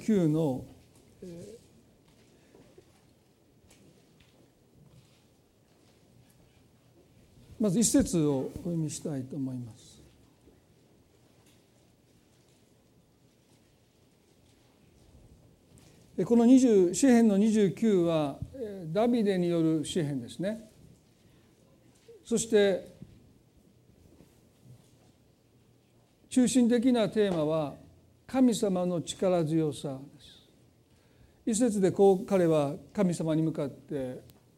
29のまず一節をお読みしたいと思います。この詩編の29はダビデによる詩編ですね。そして中心的なテーマは神様の力強さです。一節で彼は神様に向かって、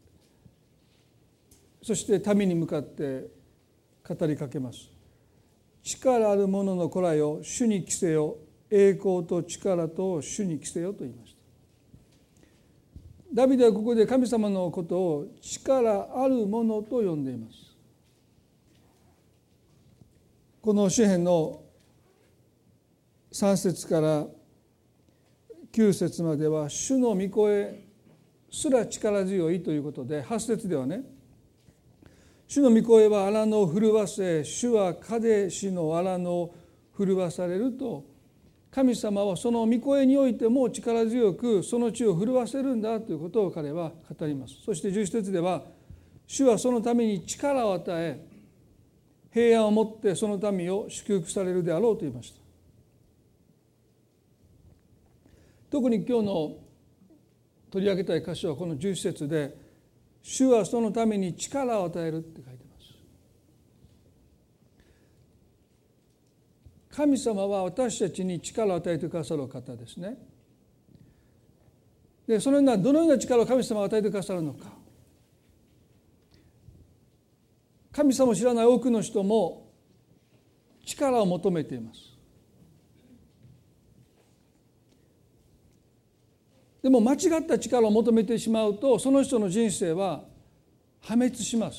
そして民に向かって語りかけます。力ある者の子らよ、主に着せよ、栄光と力と主に着せよと言いました。ダビデはここで神様のことを力ある者と呼んでいます。この詩編の3節から9節までは主の御声すら力強いということで、8節ではね、主の御声は荒野を震わせ、主はカデシの荒野を震わされると、神様はその御声においても力強くその地を震わせるんだということを彼は語ります。そして11節では、主はそのために力を与え、平安をもってその民を祝福されるであろうと言いました。特に今日の取り上げたい箇所はこの11節で、主はそのために力を与えるって書いてます。神様は私たちに力を与えてくださる方ですね。で、そのようなどのような力を神様が与えてくださるのか。神様を知らない多くの人も力を求めています。でも間違った力を求めてしまうと、その人の人生は破滅します。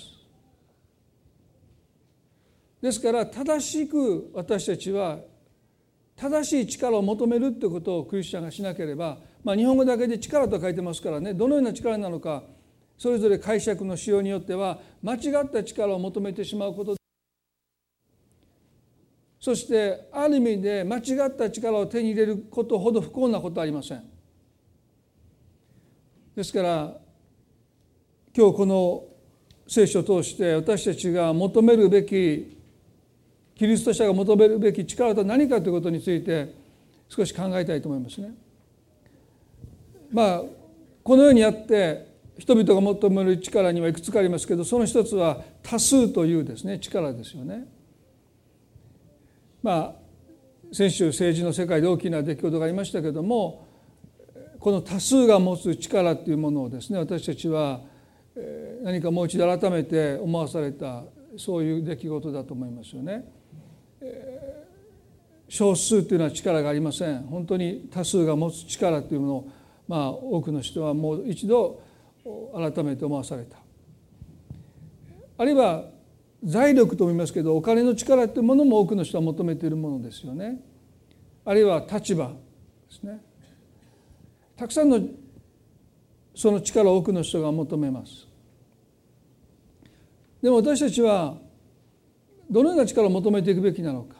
ですから正しく私たちは正しい力を求めるということをクリスチャンがしなければ、日本語だけで力と書いてますからね、どのような力なのかそれぞれ解釈のしようによっては間違った力を求めてしまうこと、そしてある意味で間違った力を手に入れることほど不幸なことはありません。ですから今日この聖書を通して私たちが求めるべき、キリスト者が求めるべき力とは何かということについて少し考えたいと思いますね。このようにやって人々が求める力にはいくつかありますけど、その一つは多数というですね力ですよね。先週政治の世界で大きな出来事がありましたけども、この多数が持つ力というものをですね、私たちは何かもう一度改めて思わされた、そういう出来事だと思いますよね。少数というのは力がありません。本当に多数が持つ力というものを、多くの人はもう一度改めて思わされた。あるいは財力とも言いますけど、お金の力というものも多くの人は求めているものですよね。あるいは立場ですね。たくさんのその力を多くの人が求めます。でも私たちはどのような力を求めていくべきなのか。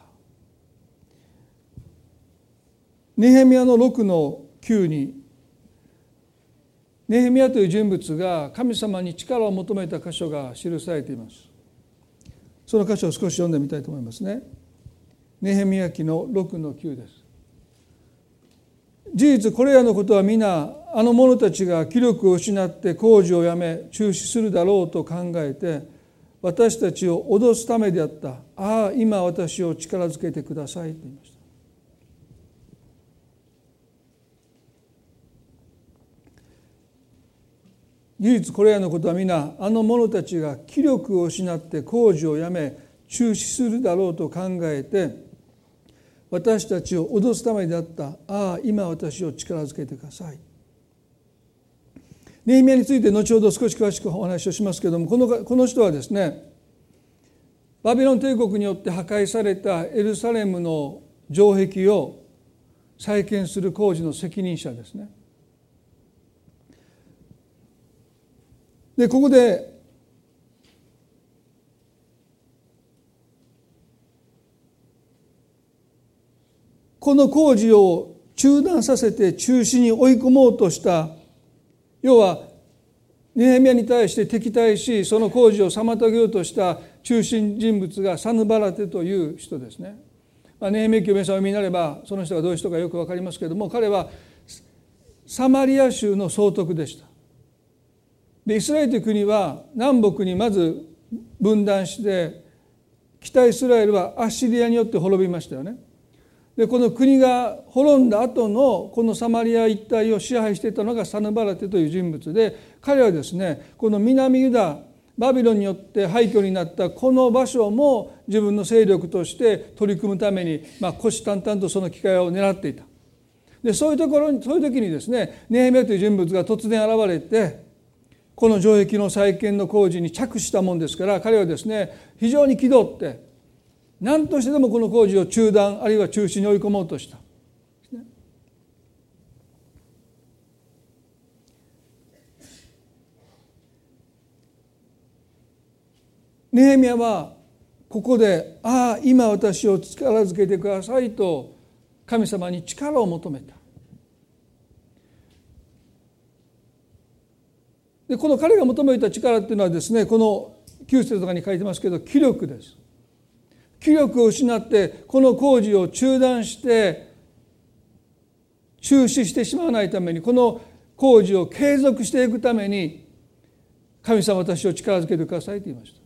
ネヘミヤの6の9に、ネヘミヤという人物が神様に力を求めた箇所が記されています。その箇所を少し読んでみたいと思いますね。ネヘミヤ記の6の9です。事実これらのことは皆あの者たちが気力を失って工事をやめ中止するだろうと考えて私たちを脅すためであった。ああ今私を力づけてくださいと言いました。事実これらのことは皆あの者たちが気力を失って工事をやめ中止するだろうと考えて私たちを脅すためであった。ああ今私を力づけてください。ネヘミヤについて後ほど少し詳しくお話をしますけれども、この人はですね、バビロン帝国によって破壊されたエルサレムの城壁を再建する工事の責任者ですね。でここでこの工事を中断させて中止に追い込もうとした、要はネヘミヤに対して敵対しその工事を妨げようとした中心人物がサヌバラテという人ですね。ネヘミヤ記を皆さんお読みになればその人がどういう人かよく分かりますけれども、彼はサマリア州の総督でした。でイスラエルという国は南北にまず分断して、北イスラエルはアッシリアによって滅びましたよね。でこの国が滅んだ後のこのサマリア一帯を支配していたのがサヌバラテという人物で、彼はですね、この南ユダバビロンによって廃墟になったこの場所も自分の勢力として取り組むために、虎視眈々とその機会を狙っていた。でそういう時にですね、ネヘミヤという人物が突然現れて、この城壁の再建の工事に着手したもんですから、彼はですね非常に気取って何としてでもこの工事を中断あるいは中止に追い込もうとした。ネヘミヤはここで今私を力づけてくださいと神様に力を求めた。でこの彼が求めた力っていうのはですね、この9節とかに書いてますけど、気力です。気力を失ってこの工事を中断して中止してしまわないために、この工事を継続していくために、神様私を力づけてくださいと言いました。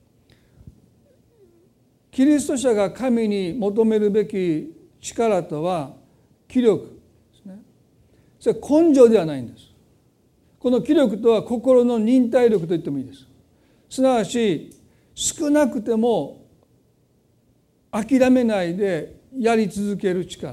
キリスト者が神に求めるべき力とは気力ですね。それは根性ではないんです。この気力とは心の忍耐力と言ってもいいです。すなわち少なくても諦めないでやり続ける力。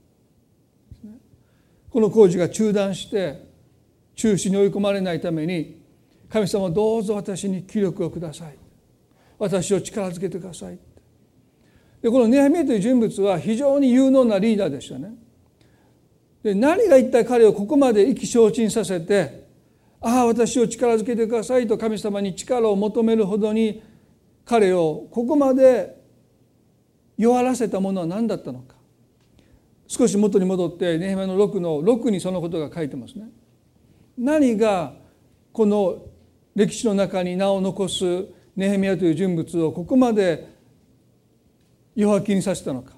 この工事が中断して中止に追い込まれないために、神様どうぞ私に気力をください、私を力づけてください。でこのネヘミヤという人物は非常に有能なリーダーでしたね。で何が一体彼をここまで意気消沈させて、私を力づけてくださいと神様に力を求めるほどに彼をここまで弱らせたものは何だったのか。少し元に戻ってネヘミヤの6の6にそのことが書いてますね。何がこの歴史の中に名を残すネヘミヤという人物をここまで弱気にさせたのか。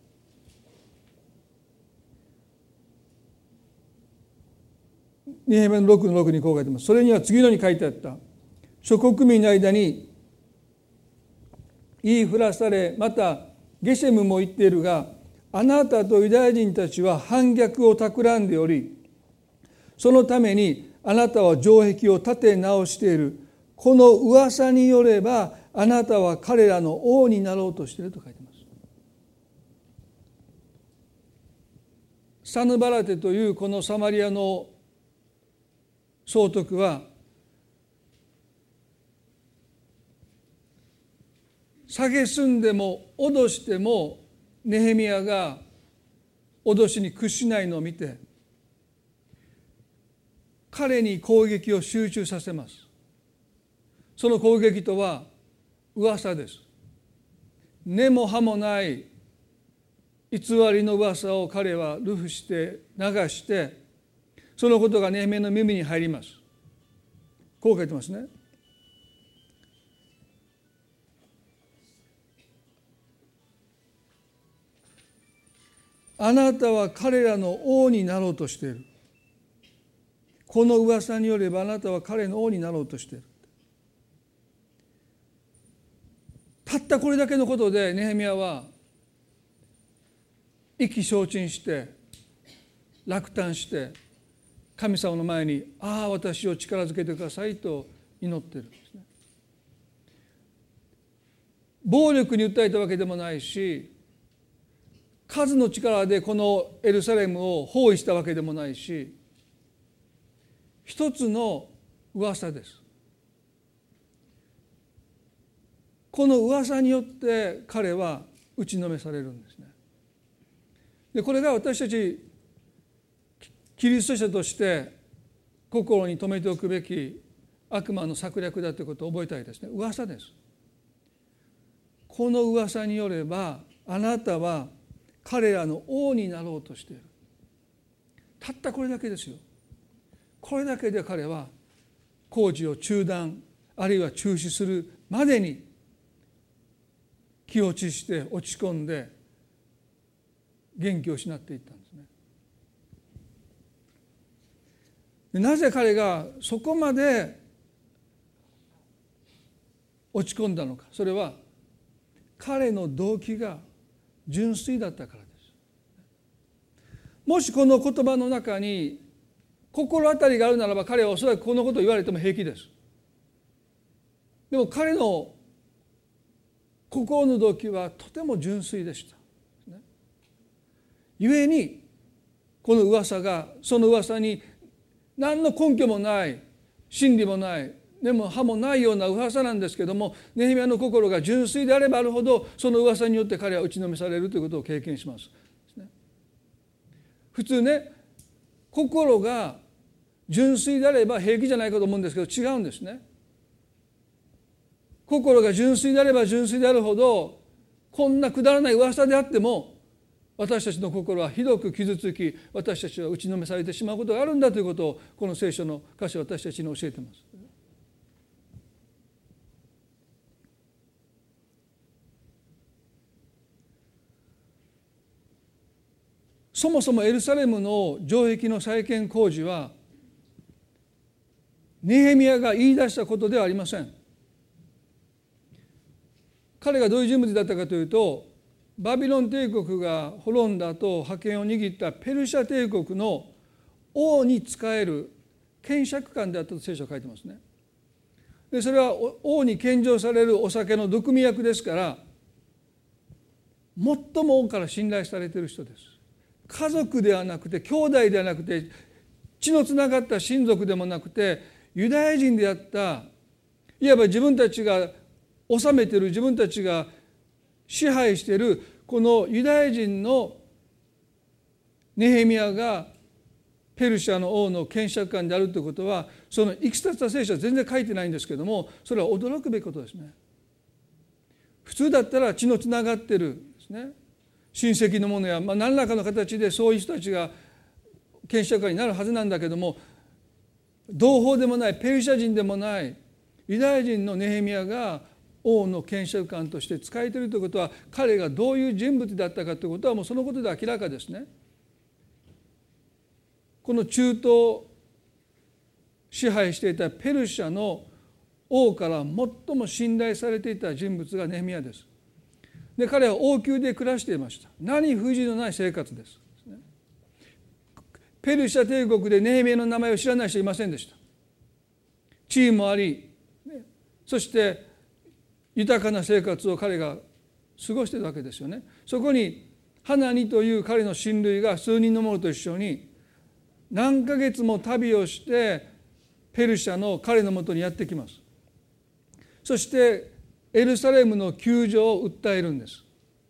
ネヘミヤの6の6にこう書いてます。それには次のように書いてあった。諸国民の間に言いふらされ、またゲシェムも言っているが、あなたとユダヤ人たちは反逆を企んでおり、そのためにあなたは城壁を建て直している。この噂によればあなたは彼らの王になろうとしていると書いてます。サヌバラテというこのサマリアの総督は蔑んでも脅してもネヘミヤが脅しに屈しないのを見て、彼に攻撃を集中させます。その攻撃とは噂です。根も葉もない偽りの噂を彼は流布して流して、そのことがネヘミヤの耳に入ります。こう書いてますね。あなたは彼らの王になろうとしている。この噂によればあなたは彼の王になろうとしている。たったこれだけのことでネヘミヤは意気消沈して落胆して神様の前に私を力づけてくださいと祈っているんですね。暴力に訴えたわけでもないし、数の力でこのエルサレムを包囲したわけでもないし、一つの噂です。この噂によって彼は打ちのめされるんですね。でこれが私たちキリスト者として心に留めておくべき悪魔の策略だということを覚えたいですね。噂です。この噂によればあなたは彼らの王になろうとしている。 たったこれだけですよ。これだけで彼は工事を中断あるいは中止するまでに気落ちして落ち込んで元気を失っていったんですね。なぜ彼がそこまで落ち込んだのか。それは彼の動機が純粋だったからです。もしこの言葉の中に心当たりがあるならば、彼はおそらくこのことを言われても平気です。でも彼の心の動機はとても純粋でした。ゆえにこの噂が、その噂に何の根拠もない真理もないでも歯もないような噂なんですけども、ネヘミヤの心が純粋であればあるほど、その噂によって彼は打ちのめされるということを経験します。普通ね、心が純粋であれば平気じゃないかと思うんですけど、違うんですね。心が純粋であれば純粋であるほど、こんなくだらない噂であっても私たちの心はひどく傷つき、私たちは打ちのめされてしまうことがあるんだということを、この聖書の箇所は私たちに教えています。そもそもエルサレムの城壁の再建工事はネヘミヤが言い出したことではありません。彼がどういう人物だったかというと、バビロン帝国が滅んだ後覇権を握ったペルシャ帝国の王に仕える検察官であったと聖書は書いてますね。でそれは王に献上されるお酒の毒味役ですから、最も王から信頼されている人です。家族ではなくて、兄弟ではなくて、血のつながった親族でもなくて、ユダヤ人であった、いわば自分たちが治めている、自分たちが支配しているこのユダヤ人のネヘミヤがペルシャの王の検察官であるということは、そのいきさつは聖書は全然書いてないんですけども、それは驚くべきことですね。普通だったら血のつながっているですね、親戚の者や、何らかの形でそういう人たちが検察官になるはずなんだけども、同胞でもないペルシャ人でもないユダヤ人のネヘミヤが王の検察官として仕えているということは、彼がどういう人物だったかということはもうそのことで明らかですね。この中東を支配していたペルシャの王から最も信頼されていた人物がネヘミヤです。で彼は王宮で暮らしていました。何不自由のない生活です。ペルシャ帝国でネヘミヤの名前を知らない人いませんでした。地位もあり、そして豊かな生活を彼が過ごしているわけですよね。そこにハナニという彼の親類が数人の者と一緒に何ヶ月も旅をしてペルシャの彼のもとにやってきます。そしてエルサレムの窮状を訴えるんです。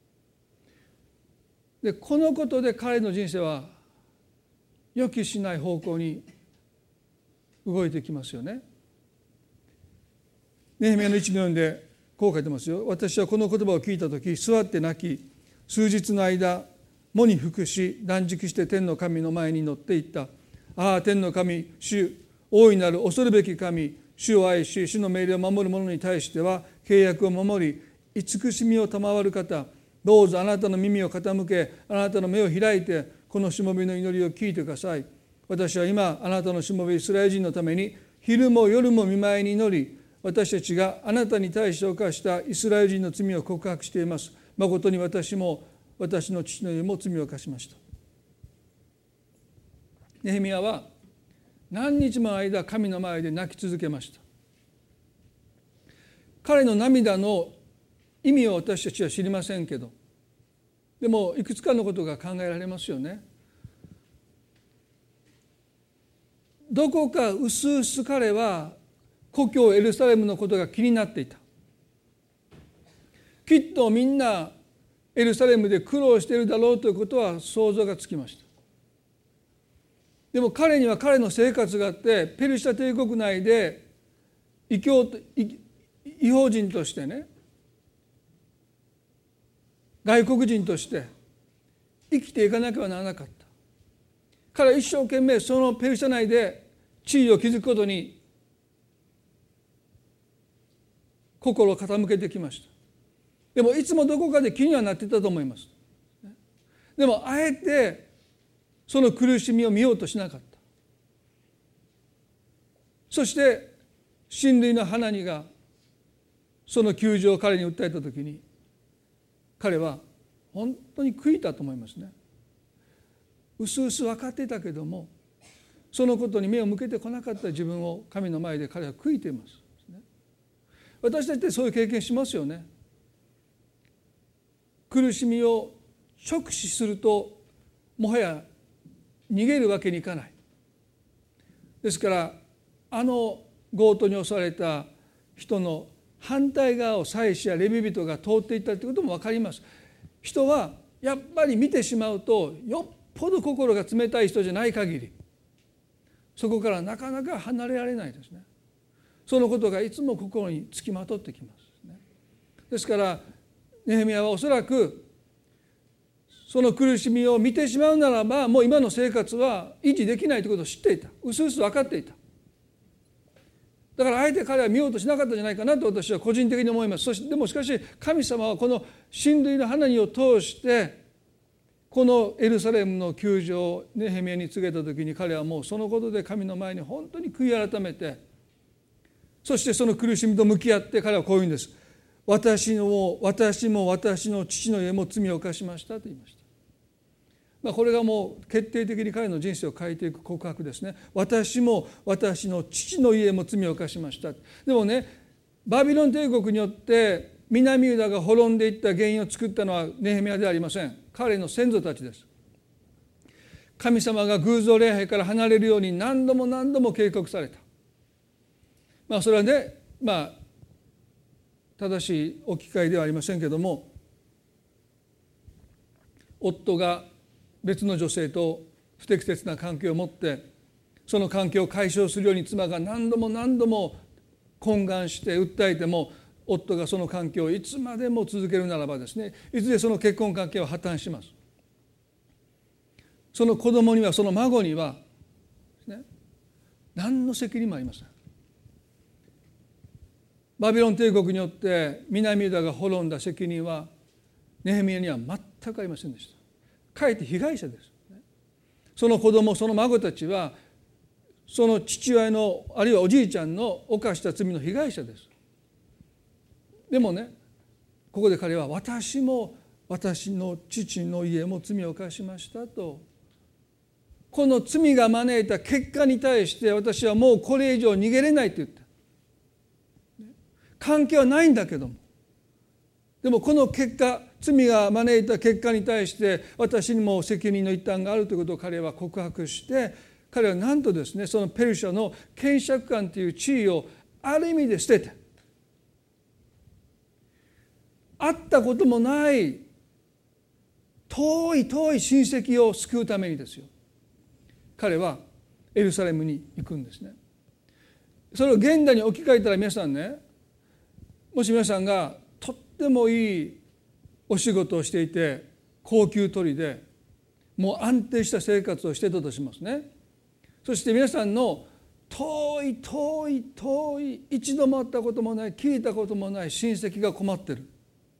でこのことで彼の人生は予期しない方向に動いてきますよね。ネヘミヤの1の4でこう書いてますよ。私はこの言葉を聞いたとき、座って泣き、数日の間喪に服し、断食して天の神の前に乗っていった。ああ、天の神、主、大いなる恐るべき神、主を愛し、主の命令を守る者に対しては契約を守り、慈しみを賜る方、どうぞあなたの耳を傾け、あなたの目を開いて、このしもべの祈りを聞いてください。私は今あなたのしもべイスラエル人のために昼も夜も見舞いに祈り、私たちがあなたに対して犯したイスラエル人の罪を告白しています。誠に私も私の父の家も罪を犯しました。ネヘミヤは何日も間神の前で泣き続けました。彼の涙の意味を私たちは知りませんけど、でもいくつかのことが考えられますよね。どこかうすうす彼は故郷エルサレムのことが気になっていた。きっとみんなエルサレムで苦労しているだろうということは想像がつきました。でも彼には彼の生活があって、ペルシャ帝国内で異邦人としてね、外国人として生きていかなければならなかった。 彼は一生懸命そのペルシャ内で地位を築くことに心を傾けてきました。でもいつもどこかで気にはなっていたと思います。でもあえてその苦しみを見ようとしなかった。そして親類のハナニがその窮状を彼に訴えたときに、彼は本当に悔いたと思いますね。うすうす分かっていたけども、そのことに目を向けてこなかった自分を神の前で彼は悔いています。私たちってそういう経験しますよね。苦しみを直視するともはや逃げるわけにいかない。ですから強盗に襲われた人の反対側を祭司やレビ人が通っていったということも分かります。人はやっぱり見てしまうと、よっぽど心が冷たい人じゃない限りそこからなかなか離れられないですね。そのことがいつも心につきまとってきますね。ですからネヘミヤはおそらくその苦しみを見てしまうならば、もう今の生活は維持できないということを知っていた。うすうす分かっていた。だからあえて彼は見ようとしなかったんじゃないかなと私は個人的に思います。でもしかし神様はこの親類のハナニを通してこのエルサレムの窮状をネヘミヤに告げた時に、彼はもうそのことで神の前に本当に悔い改めて、そしてその苦しみと向き合って彼はこう言うんです。私も私の父の家も罪を犯しましたと言いました。これがもう決定的に彼の人生を変えていく告白ですね。私も私の父の家も罪を犯しました。でもね、バビロン帝国によって南ユダが滅んでいった原因を作ったのはネヘミヤではありません。彼の先祖たちです。神様が偶像礼拝から離れるように何度も何度も警告された。それはね、正しい置き換えではありませんけども、夫が別の女性と不適切な関係を持ってその関係を解消するように妻が何度も何度も懇願して訴えても、夫がその関係をいつまでも続けるならばですね、いずれその結婚関係は破綻します。その子供にはその孫には、何の責任もありません。バビロン帝国によって南ユダが滅んだ責任はネヘミヤには全くありませんでした。かえって被害者です。その子供、その孫たちはその父親のあるいはおじいちゃんの犯した罪の被害者です。でもね、ここで彼は私も私の父の家も罪を犯しましたと、この罪が招いた結果に対して私はもうこれ以上逃げれないと言った。関係はないんだけども、でもこの結果、罪が招いた結果に対して私にも責任の一端があるということを彼は告白して、彼はなんとですね、そのペルシャの権爵官という地位をある意味で捨てて、会ったこともない遠い親戚を救うためにですよ、彼はエルサレムに行くんですね。それを現代に置き換えたら皆さんね、もし皆さんがとってもいいお仕事をしていて高級取りでもう安定した生活をしていたとしますね。そして皆さんの遠い一度も会ったこともない聞いたこともない親戚が困ってる、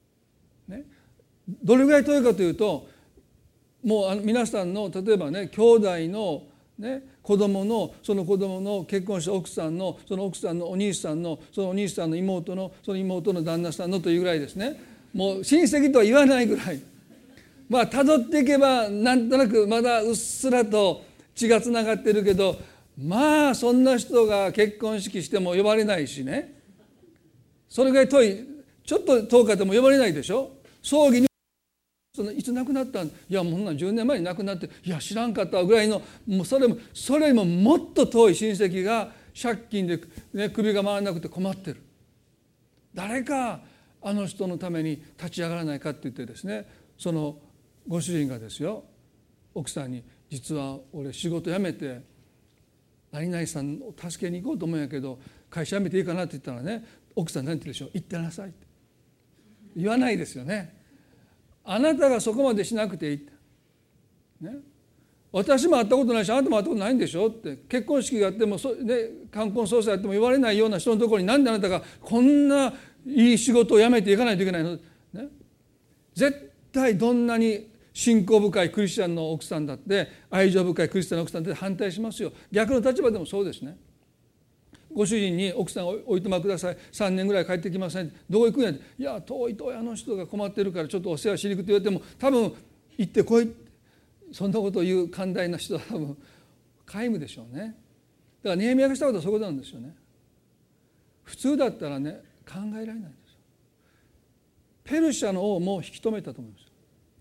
どれぐらい遠いかというと、もう皆さんの例えばね、兄弟の子供のその子供の結婚した奥さんのその奥さんのお兄さんのそのお兄さんの妹のその妹の旦那さんのというぐらいですね。もう親戚とは言わないぐらい、辿っていけばなんとなくまだうっすらと血がつながってるけど、そんな人が結婚式しても呼ばれないしね、それぐらい遠い、ちょっと遠かっても呼ばれないでしょ。葬儀にいつ亡くなったん、いやもう10年前に亡くなって、いや知らんかったぐらいの、もうそれよりももっと遠い親戚が借金で、首が回らなくて困ってる。誰かあの人のために立ち上がらないかって言ってですね、そのご主人がですよ、奥さんに実は俺仕事辞めて何々さんを助けに行こうと思うんやけど会社辞めていいかなって言ったらね、奥さん何て言うでしょう、行ってなさいって言わないですよね。あなたがそこまでしなくていいって、 私も会ったことないしあなたも会ったことないんでしょって、結婚式があっても冠婚葬祭あっても言われないような人のところになんであなたがこんないい仕事を辞めていかないといけないの、ね、絶対どんなに信仰深いクリスチャンの奥さんだって愛情深いクリスチャンの奥さんだって反対しますよ。逆の立場でもそうですね。ご主人に奥さんをおいとまください、3年ぐらい帰ってきません、どこ行くんやって、いや遠いあの人が困ってるからちょっとお世話しに行くって言われても多分行ってこい、そんなことを言う寛大な人は多分皆無でしょうね。だからネヘミヤがしたことはそういうことなんですよね。普通だったらね考えられないんですよ。ペルシャの王も引き止めたと思います。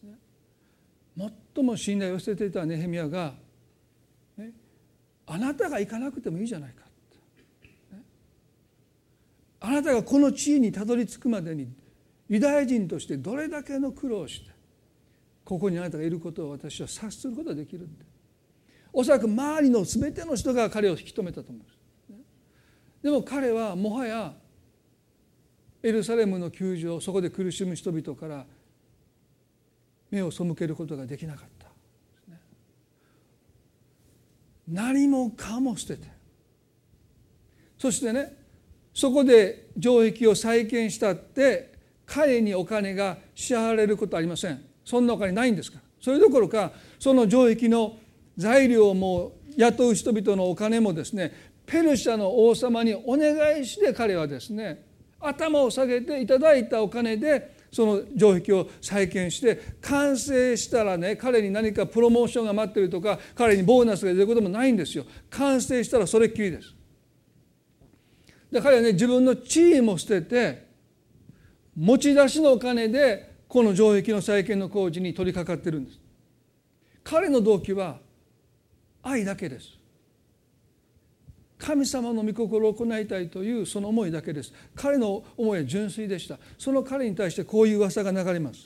最も信頼を捨てていたネヘミヤが、ね、あなたが行かなくてもいいじゃないか、ね、あなたがこの地位にたどり着くまでにユダヤ人としてどれだけの苦労をしてここにあなたがいることを私は察することができるって、おそらく周りの全ての人が彼を引き止めたと思います。でも彼はもはやエルサレムの窮状、そこで苦しむ人々から目を背けることができなかった。何もかも捨てて、そしてね、そこで城壁を再建したって彼にお金が支払われることはありません。そんなお金ないんですから。それどころかその城壁の材料も雇う人々のお金もですね、ペルシャの王様にお願いして彼はですね頭を下げていただいたお金でその城壁を再建して完成したらね、彼に何かプロモーションが待っているとか彼にボーナスが出ることもないんですよ。完成したらそれっきりです。で彼はね自分の地位も捨てて持ち出しのお金でこの城壁の再建の工事に取り掛かってるんです。彼の動機は愛だけです。神様の御心を行いたいというその思いだけです。彼の思いは純粋でした。その彼に対してこういう噂が流れます。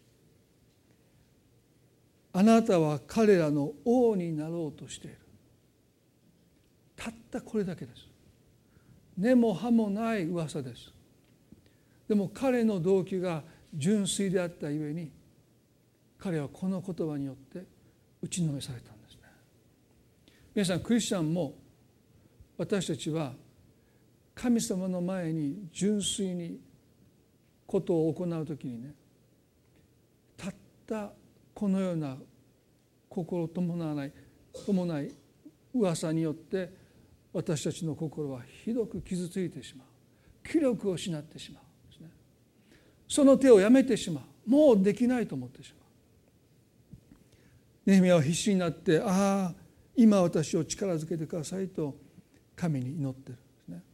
あなたは彼らの王になろうとしている。たったこれだけです。根も葉もない噂です。でも彼の動機が純粋であったゆえに彼はこの言葉によって打ちのめされたんですね。皆さん、クリスチャンも私たちは神様の前に純粋にことを行うときにね、たったこのような心伴わない噂によって私たちの心はひどく傷ついてしまう、気力を失ってしまうんですね。その手をやめてしまう、もうできないと思ってしまう。ネヘミヤは必死になって、ああ今私を力づけてくださいと神に祈ってるんですね。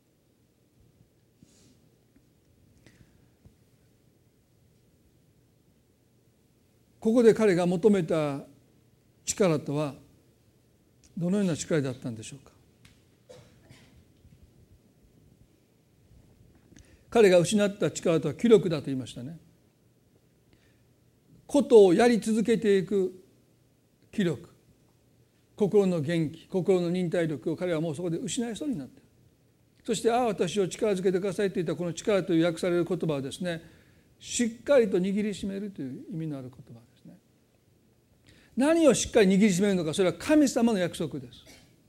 ここで彼が求めた力とはどのような力だったんでしょうか。彼が失った力とは気力だと言いましたね。ことをやり続けていく気力、心の元気、心の忍耐力を彼はもうそこで失いそうになっている。そして私を力づけてくださいといったこの力という訳される言葉はですね、しっかりと握りしめるという意味のある言葉ですね。何をしっかり握りしめるのか、それは神様の約束です。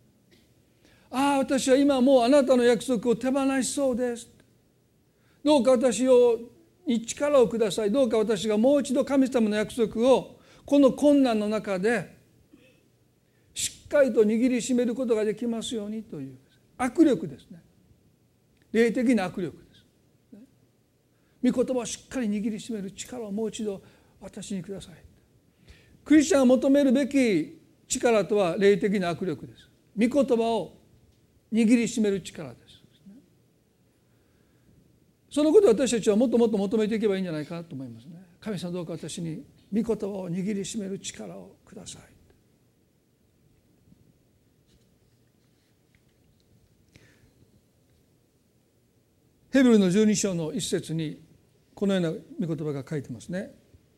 私は今もうあなたの約束を手放しそうです、どうか私に力をください、どうか私がもう一度神様の約束をこの困難の中でしっかりと握りしめることができますようにという握力ですね。霊的な握力です。御言葉をしっかり握りしめる力をもう一度私にください。クリスチャンが求めるべき力とは霊的な握力です。御言葉を握りしめる力です。そのことを私たちはもっともっと求めていけばいいんじゃないかなと思いますね。神様、どうか私に御言葉を握りしめる力をください。ヘブルの12章の一節にこのような御言葉が書いてますね。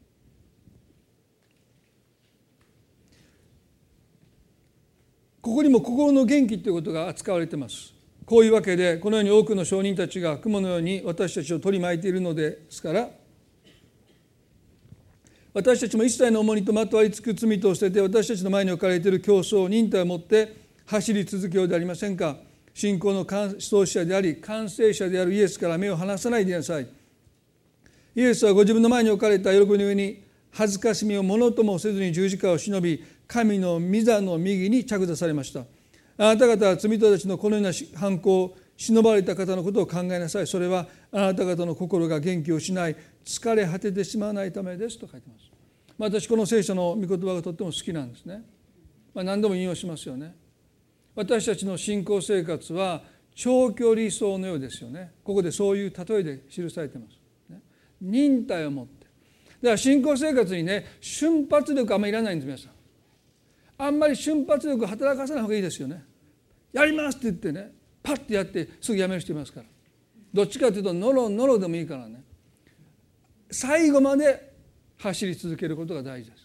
ここにも心の元気ということが扱われています。こういうわけでこのように多くの証人たちが雲のように私たちを取り巻いているのですから、 私たちも一切の重荷とまとわりつく罪と捨てて、私たちの前に置かれている競争忍耐を持って走り続けようでありませんか。信仰の創始者であり完成者であるイエスから目を離さないでください。イエスはご自分の前に置かれた喜びの上に恥ずかしみをものともせずに十字架を忍び、神の御座の右に着座されました。あなた方は罪人たちのこのような犯行を忍ばれた方のことを考えなさい。それはあなた方の心が元気を失い疲れ果ててしまわないためですと書いてます。私この聖書の御言葉がとっても好きなんですね。何度も引用しますよね。私たちの信仰生活は長距離走のようですよね。ここでそういう例えで記されています。忍耐を持って。だから信仰生活にね、瞬発力あんまりいらないんです。皆さんあんまり瞬発力働かせない方がいいですよね。やりますって言ってね、パッてやってすぐやめる人いますから。どっちかというとノロノロでもいいからね、最後まで走り続けることが大事です。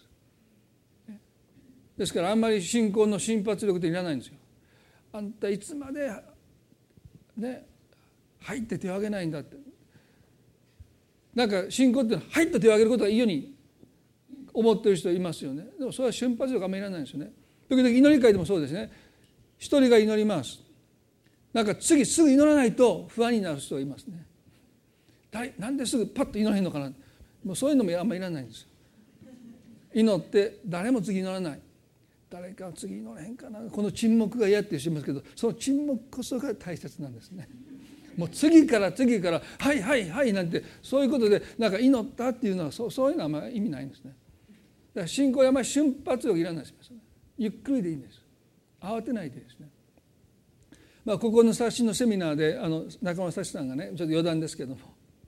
ですからあんまり信仰の瞬発力っていらないんですよ。あんたいつまでね入って手を挙げないんだって、なんか信仰っていうのは入って手を挙げることがいいように思ってる人いますよね。でもそれは瞬発力あんまりいらないんですよね。時々祈り会でもそうですね。一人が祈ります。なんか次すぐ祈らないと不安になる人がいますね。なんですぐパッと祈れへんのかな。もうそういうのもあんまりいらないんですよ。祈って誰も次祈らない、誰か次祈れへんかな、この沈黙が嫌って言いますけど、その沈黙こそが大切なんですね。もう次からはいはいはいなんて、そういうことでなんか祈ったっていうのはそういうのはあんまり意味ないんですね。だから信仰はあまり瞬発力いらないです。ゆっくりでいいんです。慌てないでですね。ここの冊子のセミナーで中村幸さんがね、ちょっと余談ですけども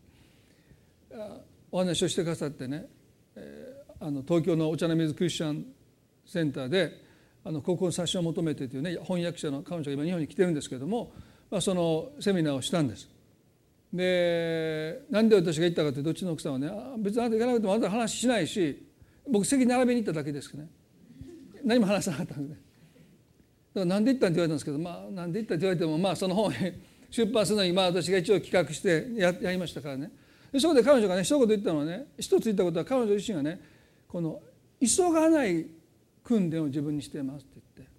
お話をしてくださってね、東京のお茶の水クリスチャンセンターでここの冊子を求めてというね、翻訳者の彼女が今日本に来てるんですけども、そのセミナーをしたんです。でなんで私が行ったかというと、うちの奥さんはね、別にあなた行かなくてもあなた話しないし、僕席並べに行っただけですけどね、何も話さなかったんですね。だからなんで行ったんって言われたんですけど、なんで行ったって言われてもその本を出版するのに私が一応企画してやりましたからね。でそこで彼女がね一言言ったのはね、一つ言ったことは、彼女自身がね、この急がない訓練を自分にしていますって言って、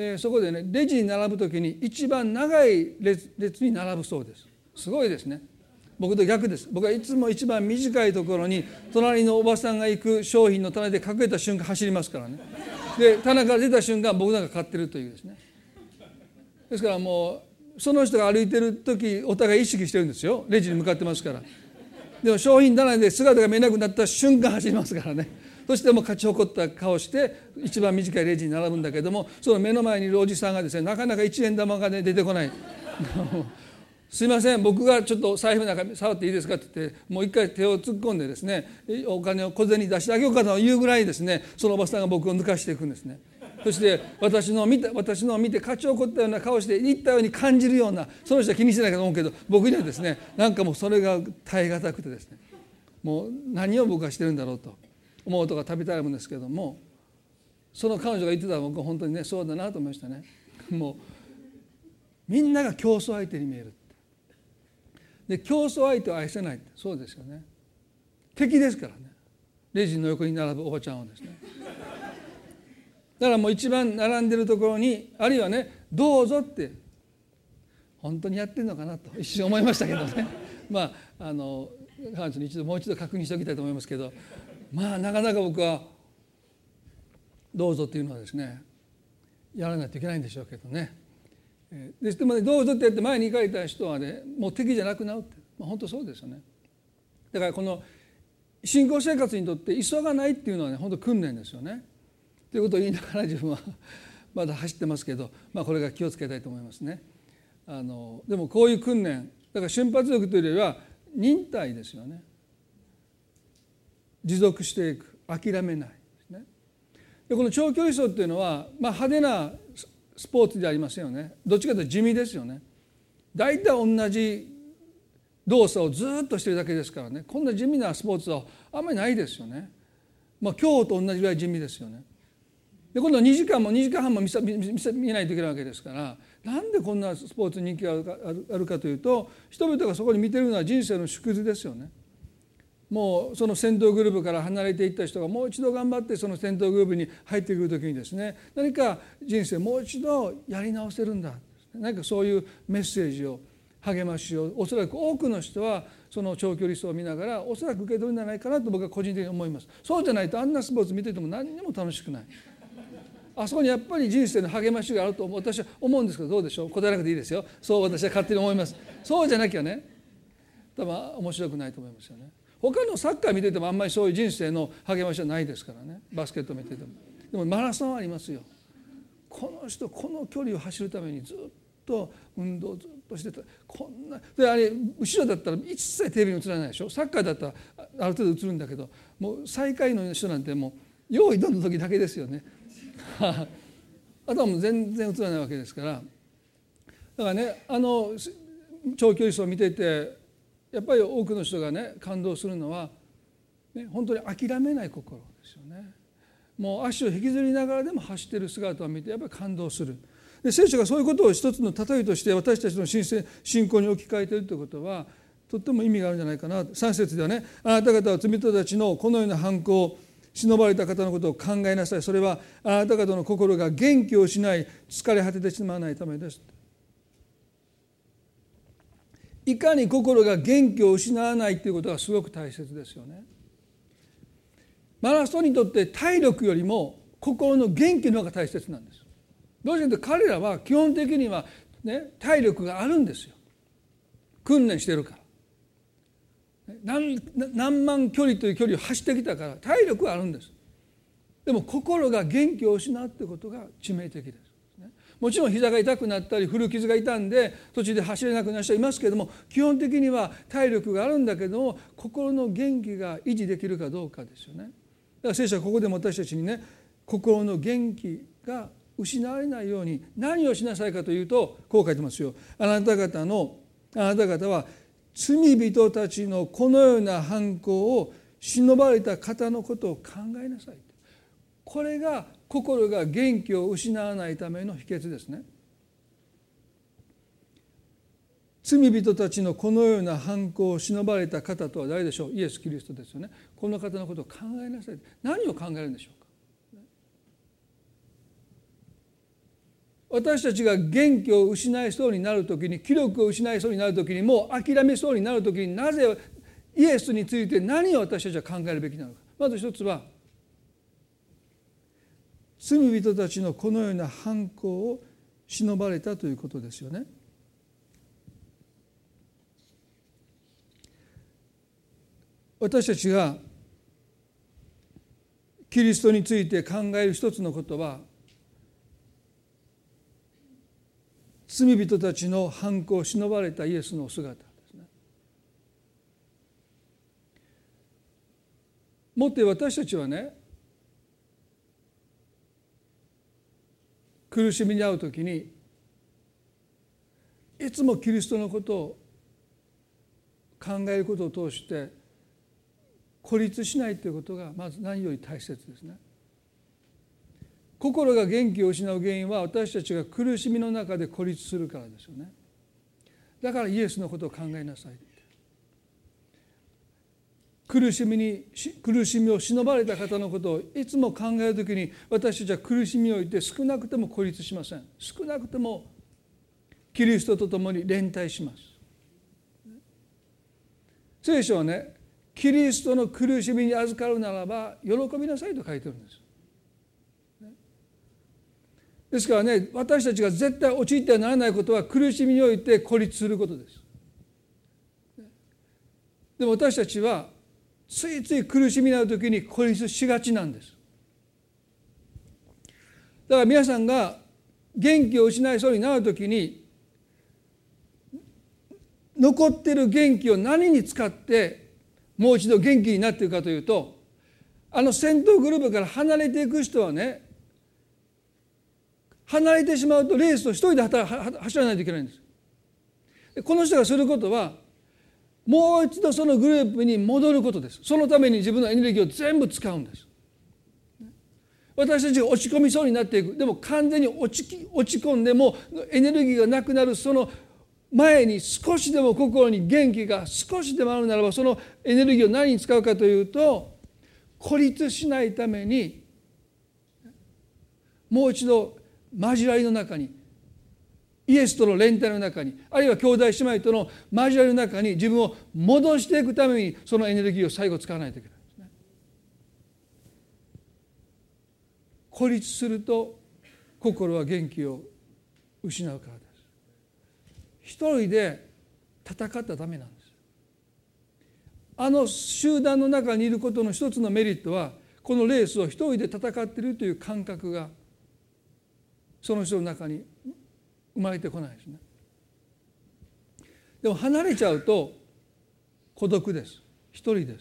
でそこでね、レジに並ぶときに一番長い列に並ぶそうです。すごいですね。僕と逆です。僕はいつも一番短いところに隣のおばさんが行く商品の棚で隠れた瞬間走りますからね。で棚から出た瞬間僕なんか買ってるというですね。ですからもうその人が歩いてる時お互い意識してるんですよ。レジに向かってますから。でも商品棚で姿が見えなくなった瞬間走りますからね。そしてもう勝ち誇った顔して一番短いレジに並ぶんだけども、その目の前にいるおじさんがですね、なかなか1円玉が、ね、出てこないすいません、僕がちょっと財布なんか触っていいですかって言って、もう一回手を突っ込んでですね、お金を小銭出してあげようかというぐらいですね、そのおばさんが僕を抜かしていくんですね。そして私のを見て勝ち怒ったような顔して言ったように感じるような、その人は気にしてないかと思うけど、僕にはですね、なんかもうそれが耐え難くてですね、もう何を僕はしてるんだろうと思うとか食べたいもんですけども、その彼女が言ってたら僕は本当にね、そうだなと思いましたね。もうみんなが競争相手に見える。で競争相手を愛せないって、そうですよね。敵ですからね、レジの横に並ぶおばちゃんはですね。だからもう一番並んでるところに、あるいはね、どうぞって本当にやってるのかなと一瞬思いましたけどね。彼女にもう一度確認しておきたいと思いますけど、なかなか僕はどうぞっていうのはですね、やらないといけないんでしょうけどね。でもね、どうぞってやって前に行かれた人はね、もう敵じゃなくなるって、本当そうですよね。だからこの信仰生活にとって急がないっていうのはね、本当訓練ですよね。ということを言いながら自分はまだ走ってますけど、これが気をつけたいと思いますね。でもこういう訓練だから瞬発力というよりは忍耐ですよね。持続していく、諦めないですね。でこの長距離走っていうのは、派手なスポーツでありませんよね。どっちかというと地味ですよね。大体同じ動作をずっとしてるだけですからね。こんな地味なスポーツはあんまりないですよね。今日と同じぐらい地味ですよね。で今度は2時間半も見ないといけないわけですから、なんでこんなスポーツに人気があるかというと、人々がそこに見てるのは人生の縮図ですよね。 もうその戦闘グループから離れていった人がもう一度頑張ってその戦闘グループに入ってくるときにですね、何か人生もう一度やり直せるんだ、何かそういうメッセージを、励ましを、おそらく多くの人はその長距離走を見ながらおそらく受け取るんじゃないかなと僕は個人的に思います。そうじゃないとあんなスポーツ見てても何にも楽しくない。あそこにやっぱり人生の励ましがあると私は思うんですけど、どうでしょう。答えなくていいですよ。そう私は勝手に思います。そうじゃなきゃね、多分面白くないと思いますよね。他のサッカー見ててもあんまりそういう人生の励ましはないですからね。バスケット見てても。でもマラソンはありますよ。この人この距離を走るためにずっと運動をずっとしてた。こんなであれ後ろだったら一切テレビに映らないでしょ。サッカーだったらある程度映るんだけど、もう最下位の人なんてもう用意どんの時だけですよね。あとはもう全然映らないわけですから。だからね、長距離走を見ていてやっぱり多くの人がね感動するのは、ね、本当に諦めない心ですよね。もう足を引きずりながらでも走っている姿を見てやっぱり感動する。で聖書がそういうことを一つの例えとして私たちの信仰に置き換えているということはとっても意味があるんじゃないかな。3節ではね、あなた方は罪人たちのこのような犯行を忍ばれた方のことを考えなさい。それはあなた方の心が元気を失い疲れ果ててしまわないためです。いかに心が元気を失わないということがすごく大切ですよね。マラソンにとって体力よりも心の元気の方が大切なんです。どうしてかというと彼らは基本的には、ね、体力があるんですよ。訓練してるから。何万距離という距離を走ってきたから体力はあるんです。でも心が元気を失うということが致命的です。もちろん膝が痛くなったり古傷が痛んで途中で走れなくなる人はいますけれども、基本的には体力があるんだけども心の元気が維持できるかどうかですよね。だから聖書はここでも私たちにね、心の元気が失われないように何をしなさいかというと、こう書いてますよ。あなた方は罪人たちのこのような犯行を忍ばれた方のことを考えなさい。これが心が元気を失わないための秘訣ですね。罪人たちのこのような犯行を忍ばれた方とは誰でしょう。イエス・キリストですよね。この方のことを考えなさい。何を考えるんでしょうか。私たちが元気を失いそうになるときに、気力を失いそうになるときに、もう諦めそうになるときに、なぜイエスについて何を私たちは考えるべきなのか。まず一つは罪人たちのこのような犯行を忍ばれたということですよね。私たちがキリストについて考える一つのことは、罪人たちの犯行を忍ばれたイエスのお姿ですね。もって私たちはね、苦しみに遭うときにいつもキリストのことを考えることを通して孤立しないということがまず何より大切ですね。心が元気を失う原因は私たちが苦しみの中で孤立するからですよね。だからイエスのことを考えなさいって。苦しみを忍ばれた方のことをいつも考えるときに、私たちは苦しみにおいて少なくとも孤立しません。少なくともキリストと共に連帯します。聖書はね、キリストの苦しみに預かるならば喜びなさいと書いてるんです。ですからね、私たちが絶対陥ってはならないことは苦しみにおいて孤立することです。でも私たちはついつい苦しみになるときに孤立しがちなんです。だから皆さんが元気を失いそうになるときに、残っている元気を何に使ってもう一度元気になっているかというと、戦闘グループから離れていく人はね、離れてしまうとレースを一人で走らないといけないんです。この人がすることはもう一度そのグループに戻ることです。そのために自分のエネルギーを全部使うんです。私たちが落ち込みそうになっていく。でも完全に落ち込んでもエネルギーがなくなるその前に少しでも心に元気が少しでもあるならば、そのエネルギーを何に使うかというと、孤立しないためにもう一度交わりの中に、イエスとの連帯の中に、あるいは兄弟姉妹との交わりの中に自分を戻していくために、そのエネルギーを最後使わないといけないんですね。孤立すると心は元気を失うからです。一人で戦ったらダメなんです。あの集団の中にいることの一つのメリットは、このレースを一人で戦っているという感覚がその人の中に生まれてこないですね。でも離れちゃうと孤独です。一人です。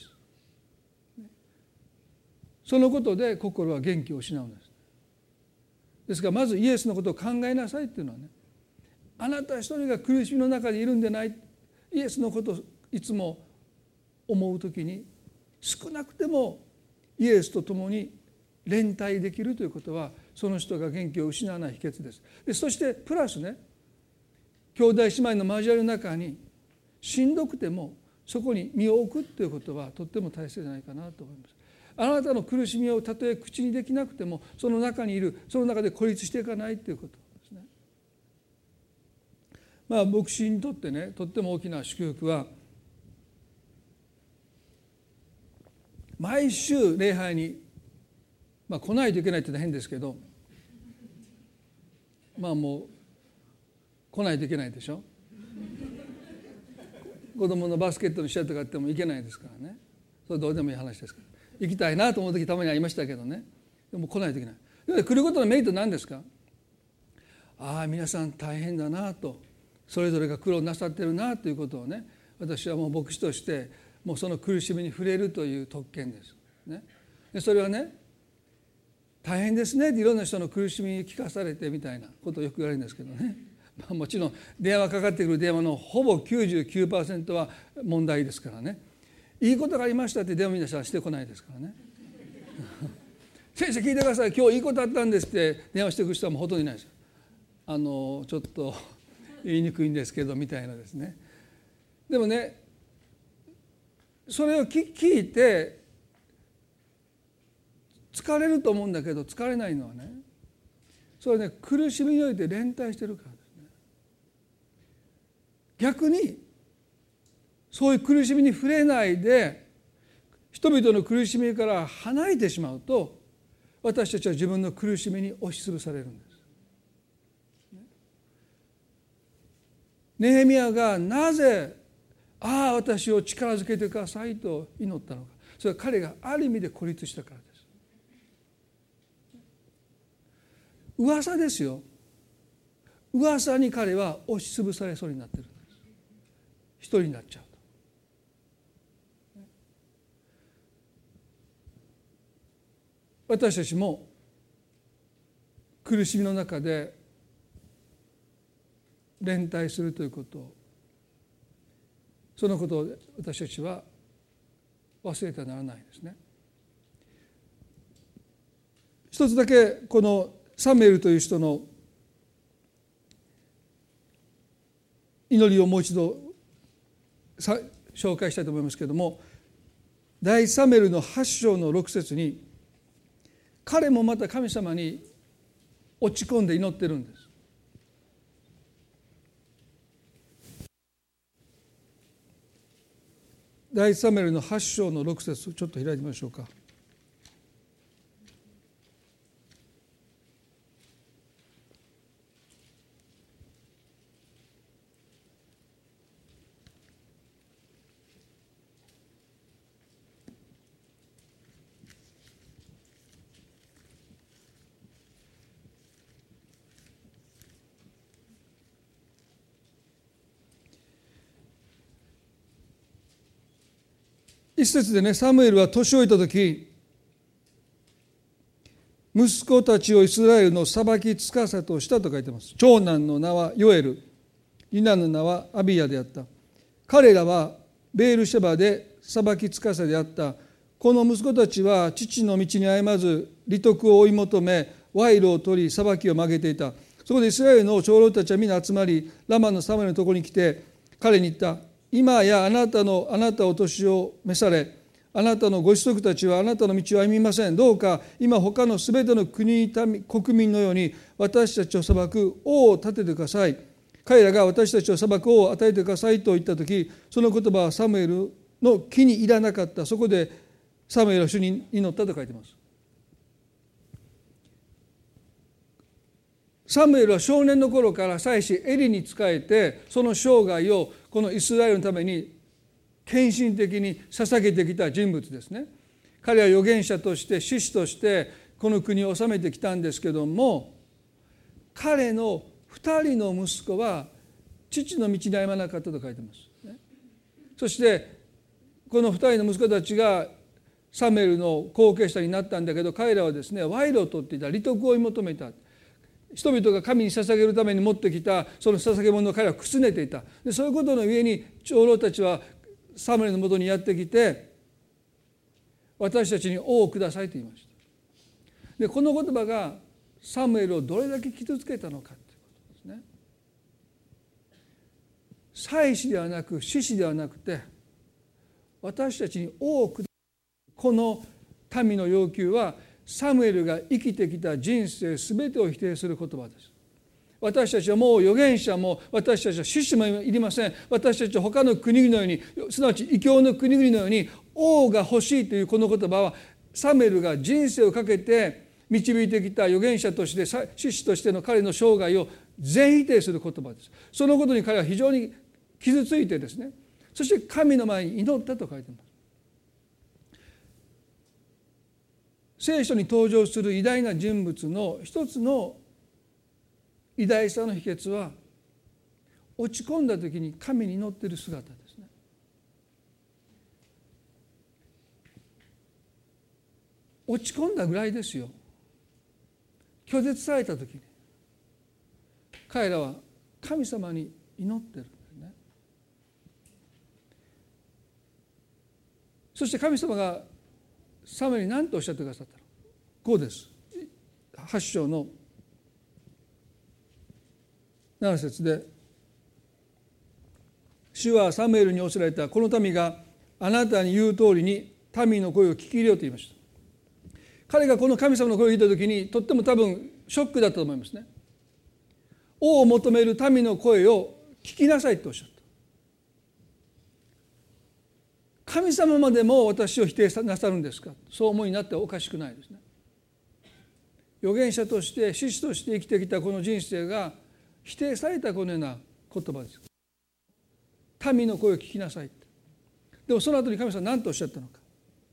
そのことで心は元気を失うんです。ですからまずイエスのことを考えなさいっていうのはね、あなた一人が苦しみの中にいるんでない、イエスのことをいつも思うときに、少なくてもイエスと共に連帯できるということは、その人が元気を失わない秘訣です。でそしてプラスね、兄弟姉妹の交わりの中にしんどくてもそこに身を置くということはとっても大切じゃないかなと思います。あなたの苦しみをたとえ口にできなくても、その中にいる、その中で孤立していかないということですね。牧師にとってね、とっても大きな祝福は、毎週礼拝に、来ないといけないって言ったら変ですけど、もう来ないといけないでしょ。子供のバスケットの試合とかやってもいけないですからね。それどうでもいい話ですから。行きたいなと思う時たまにありましたけどね。でも来ないといけない。で来ることのメリットは何ですか。皆さん大変だなと、それぞれが苦労なさってるなということをね、私はもう牧師としてもうその苦しみに触れるという特権です、ね、でそれはね、大変ですねっていろんな人の苦しみに聞かされてみたいなことをよく言われるんですけどね、もちろん電話かかってくる電話のほぼ 99% は問題ですからね。いいことがありましたって電話皆さんしてこないですからね先生聞いてください、今日いいことあったんですって電話してくる人はもうほとんどいないですよ。ちょっと言いにくいんですけどみたいなですね。でもね、それを聞いて疲れると思うんだけど、疲れないのはね、それね、苦しみにおいて連帯してるからですね。逆にそういう苦しみに触れないで人々の苦しみから離れてしまうと、私たちは自分の苦しみに押しつぶされるんです。ネヘミヤがなぜ私を力づけてくださいと祈ったのか、それは彼がある意味で孤立したからです。噂ですよ。噂に彼は押しつぶされそうになってるんです。一人になっちゃうと。私たちも苦しみの中で連帯するということを、そのことを私たちは忘れてはならないですね。一つだけこのサムエルという人の祈りをもう一度紹介したいと思いますけれども、第一サムエルの8章の6節に、彼もまた神様に落ち込んで祈ってるんです。第一サムエルの8章の6節、ちょっと開いてみましょうか。一節でね、サムエルは年老いた時、息子たちをイスラエルの裁き司としたと書いてます。長男の名はヨエル、次男の名はアビヤであった。彼らはベールシェバで裁き司であった。この息子たちは父の道に歩まず利得を追い求め賄賂を取り裁きを曲げていた。 そこでイスラエルの長老たちは皆集まり、ラマのサムエルのところに来て彼に言った。今やあなたお年を召され、あなたのご子息たちはあなたの道を歩みません。どうか今他のすべての国民のように私たちを裁く王を立ててください。彼らが私たちを裁く王を与えてくださいと言ったとき、その言葉はサムエルの気に入らなかった。そこでサムエルは主に祈ったと書いています。サムエルは少年の頃から祭司エリに仕えて、その生涯をこのイスラエルのために献身的に捧げてきた人物ですね。彼は預言者として士師としてこの国を治めてきたんですけども、彼の2人の息子は父の道に歩まなかったと書いてます、ね。そしてこの2人の息子たちがサムエルの後継者になったんだけど、彼らはですね、賄賂を取っていた、利得を追い求めた。人々が神に捧げるために持ってきたその捧げ物を彼らはくすねていた。でそういうことの上に長老たちはサムエルのもとにやってきて、私たちに王をくださいと言いました。でこの言葉がサムエルをどれだけ傷つけたのかということですね。祭司ではなく士師ではなくて、私たちに王をください。この民の要求はサムエルが生きてきた人生すべてを否定する言葉です。私たちはもう預言者も私たちは士師もいりません。私たちは他の国々のように、すなわち異教の国々のように王が欲しいというこの言葉は、サムエルが人生をかけて導いてきた預言者として士師としての彼の生涯を全否定する言葉です。そのことに彼は非常に傷ついてですね、そして神の前に祈ったと書いています。聖書に登場する偉大な人物の一つの偉大さの秘訣は、落ち込んだ時に神に祈っている姿ですね。落ち込んだぐらいですよ。拒絶された時に彼らは神様に祈ってるんですね。そして神様がサムエルに何とおっしゃってくださったの？こうです。8章の7節で、主はサムエルに仰せられた。この民があなたに言う通りに民の声を聞き入れようと言いました。彼がこの神様の声を聞いたときに、とっても多分ショックだったと思いますね。王を求める民の声を聞きなさいとおっしゃった。神様までも私を否定なさるんですか、そう思いになってはおかしくないですね。預言者として士師として生きてきたこの人生が否定されたこのような言葉です。民の声を聞きなさい。でもその後に神様は何とおっしゃったのか。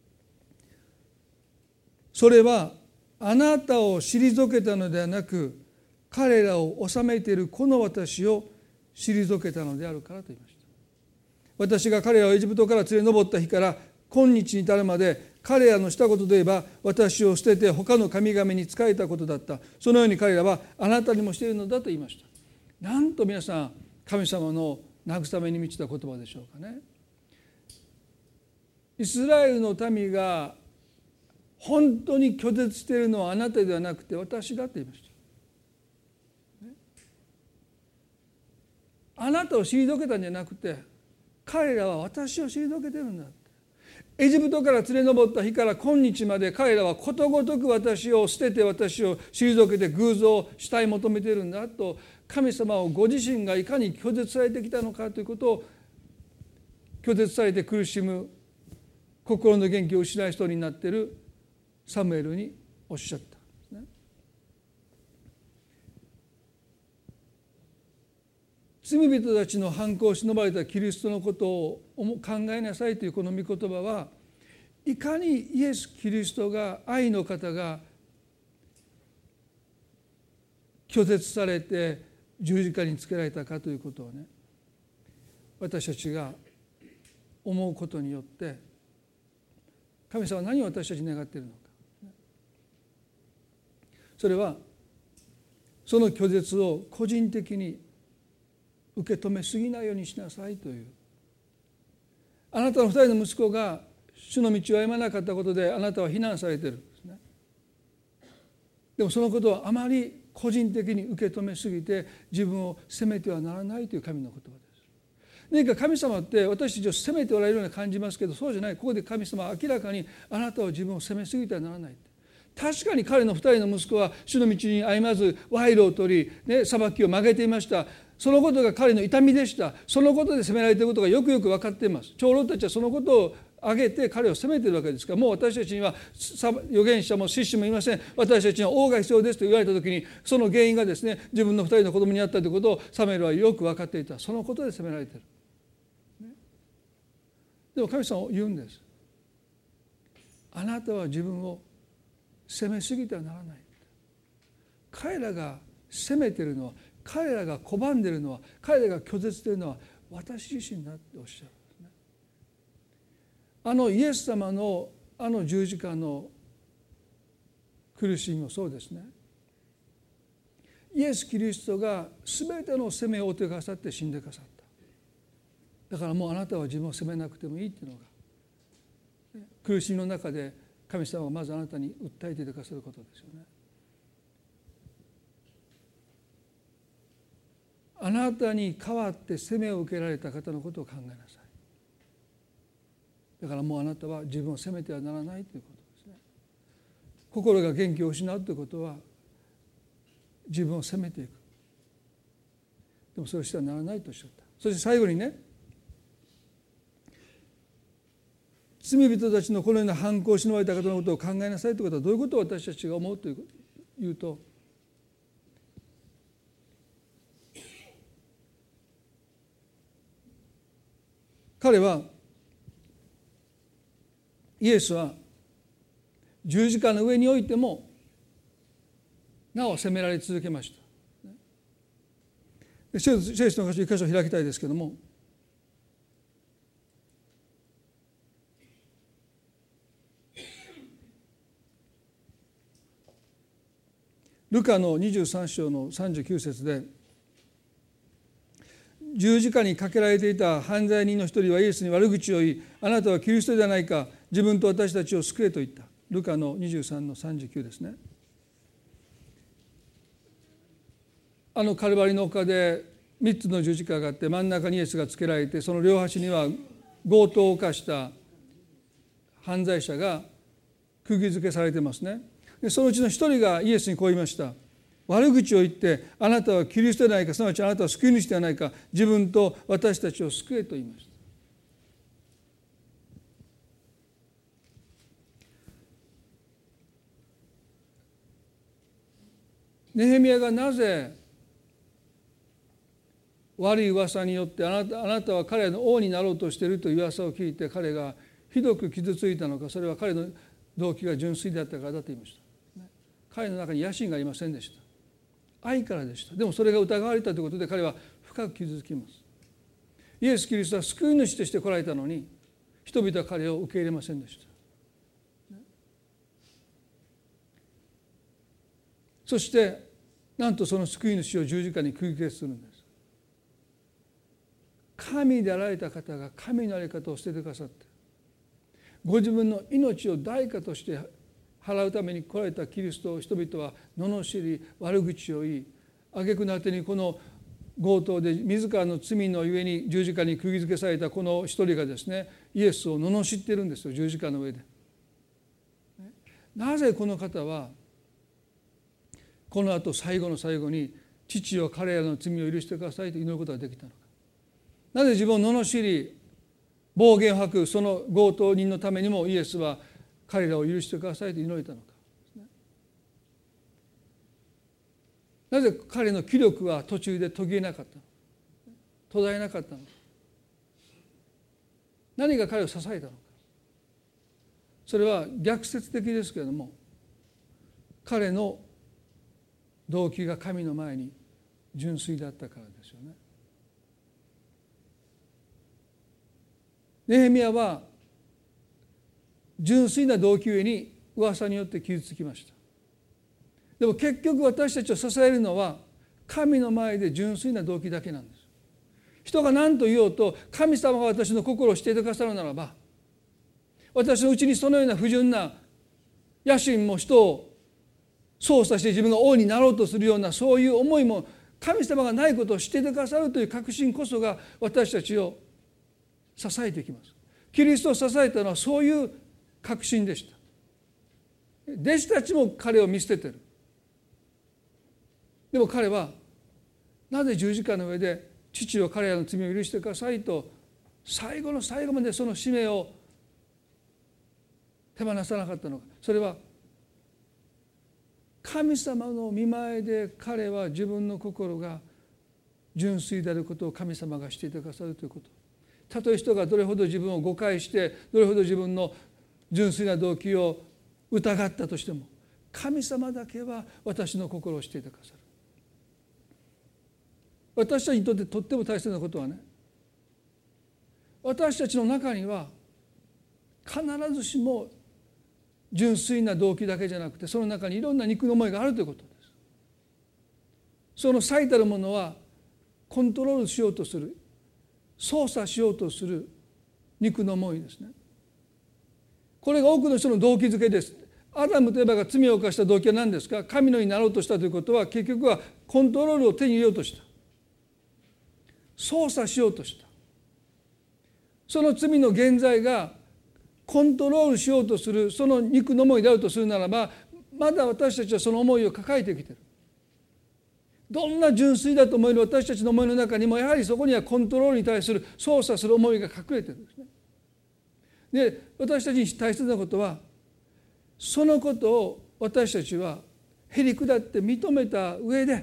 それはあなたを退けたのではなく、彼らを治めているこの私を退けたのであるからと言いました。私が彼らをエジプトから連れ上った日から今日に至るまで、彼らのしたことといえば私を捨てて他の神々に仕えたことだった。そのように彼らはあなたにもしているのだと言いました。なんと皆さん、神様の慰めに満ちた言葉でしょうかね。イスラエルの民が本当に拒絶しているのはあなたではなくて私だと言いました。あなたを退けたんじゃなくて、彼らは私を退けてるんだ。エジプトから連れ上った日から今日まで彼らはことごとく私を捨てて、私を退けて偶像を主体求めているんだと、神様をご自身がいかに拒絶されてきたのかということを、拒絶されて苦しむ心の元気を失いそうになっているサムエルにおっしゃったんですね。罪人たちの犯行を忍ばれたキリストのことを考えなさいというこの御言葉は、いかにイエス・キリストが、愛の方が拒絶されて十字架につけられたかということをね、私たちが思うことによって、神様は何を私たちに願っているのか。それはその拒絶を個人的に受け止めすぎないようにしなさいという。あなたの二人の息子が主の道を歩まなかったことであなたは非難されているんですね。でもそのことをあまり個人的に受け止めすぎて自分を責めてはならないという神の言葉です。何か神様って私たちを責めておられるように感じますけど、そうじゃない。ここで神様は明らかにあなたは自分を責めすぎてはならない。確かに彼の2人の息子は主の道に歩まず賄賂を取り、裁きを曲げていました。そのことが彼の痛みでした。そのことで責められていることがよくよく分かっています。長老たちはそのことを挙げて彼を責めているわけですから、もう私たちには預言者も獅子もいません。私たちには王が必要ですと言われた時に、その原因がですね、自分の2人の子供にあったということをサムエルはよく分かっていた。そのことで責められている。でも神様は言うんです。あなたは自分を責めすぎてはならない。彼らが責めているのは、彼らが拒んでいるのは、彼らが拒絶しているのは私自身だっておっしゃるんですね。イエス様の十字架の苦しみもそうですね。イエス・キリストが全ての責めを負ってくださって死んでくださった。だからもうあなたは自分を責めなくてもいいっていうのが、苦しみの中で神様がまずあなたに訴えてくださることですよね。あなたに代わって責めを受けられた方のことを考えなさい。だからもうあなたは自分を責めてはならないということですね。心が元気を失うということは自分を責めていく。でもそれをしてはならないとおっしゃった。そして最後にね、罪人たちのこのような犯行を忍ばれた方のことを考えなさいということはどういうことを私たちが思うというと、彼はイエスは十字架の上においてもなお責められ続けました。聖書の箇所を開きたいですけれども、ルカの23章の39節で、十字架にかけられていた犯罪人の一人はイエスに悪口を言い、あなたはキリストではないか、自分と私たちを救えと言った。ルカの23の39ですね。カルバリの丘で3つの十字架があって、真ん中にイエスがつけられて、その両端には強盗を犯した犯罪者が釘付けされてますね。でそのうちの一人がイエスにこう言いました。悪口を言って、あなたはキリストではないか、すなわちあなたは救い主ではないか、自分と私たちを救えと言いました。ネヘミヤがなぜ悪い噂によってあなたは彼の王になろうとしているという噂を聞いて彼がひどく傷ついたのか、それは彼の動機が純粋であったからだと言いました。彼の中に野心がありませんでした。愛からでした。でもそれが疑われたということで彼は深く傷つきます。イエス・キリストは救い主として来られたのに、人々は彼を受け入れませんでした。そしてなんとその救い主を十字架に釘付けするんです。神であられた方が神のあり方を捨ててくださって、ご自分の命を代価として払うために来られたキリストを人々は罵り悪口を言い、挙句の果てにこの強盗で自らの罪のゆえに十字架に釘付けされたこの一人がですね、イエスを罵っているんですよ、十字架の上で。なぜこの方はこの後最後の最後に父よ彼らの罪を許してくださいと祈ることができたのか。なぜ自分を罵り暴言を吐くその強盗人のためにもイエスは彼らを許してくださいと祈れたのか。なぜ彼の気力は途中で途切れなかったのか、途絶えなかったのか。何が彼を支えたのか。それは逆説的ですけれども、彼の動機が神の前に純粋だったからですよね。ネヘミヤは純粋な動機ゆえに噂によって傷つきました。でも結局私たちを支えるのは神の前で純粋な動機だけなんです。人が何と言おうと神様が私の心を知っていてくださるならば、私のうちにそのような不純な野心も人を操作して自分が王になろうとするようなそういう思いも神様がないことを知っていてくださるという確信こそが私たちを支えていきます。キリストを支えたのはそういう確信でした。弟子たちも彼を見捨ててる。でも彼はなぜ十字架の上で父を彼らの罪を許してくださいと最後の最後までその使命を手放さなかったのか。それは神様の御前で彼は自分の心が純粋であることを神様が知っていてくださるということ。たとえ人がどれほど自分を誤解してどれほど自分の純粋な動機を疑ったとしても神様だけは私の心を知っていてくださる。私たちにとってとっても大切なことはね、私たちの中には必ずしも純粋な動機だけじゃなくてその中にいろんな肉の思いがあるということです。その最たるものはコントロールしようとする、操作しようとする肉の思いですね。これが多くの人の動機づけです。アダムとエバが罪を犯した動機は何ですか。神のようになろうとしたということは結局はコントロールを手に入れようとした、操作しようとした。その罪の原罪がコントロールしようとするその肉の思いであるとするならば、まだ私たちはその思いを抱えてきている。どんな純粋だと思える私たちの思いの中にもやはりそこにはコントロールに対する操作する思いが隠れているんですね。で、私たちに大切なことはそのことを私たちはへり下って認めた上で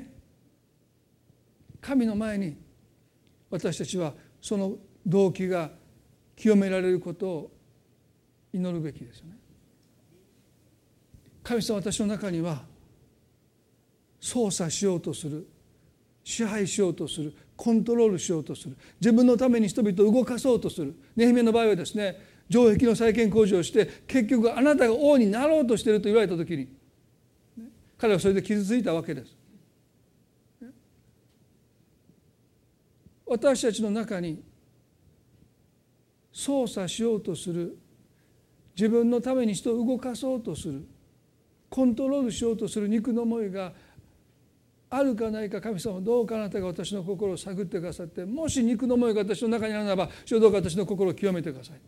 神の前に私たちはその動機が清められることを祈るべきですよね。神様、私の中には操作しようとする、支配しようとする、コントロールしようとする、自分のために人々を動かそうとする。ネヘミヤの場合はですね、城壁の再建工事をして結局あなたが王になろうとしていると言われた時に彼はそれで傷ついたわけです。私たちの中に操作しようとする、自分のために人を動かそうとする、コントロールしようとする肉の思いがあるかないか、神様どうかあなたが私の心を探ってくださって、もし肉の思いが私の中にあるならば主よどうか私の心を清めてください。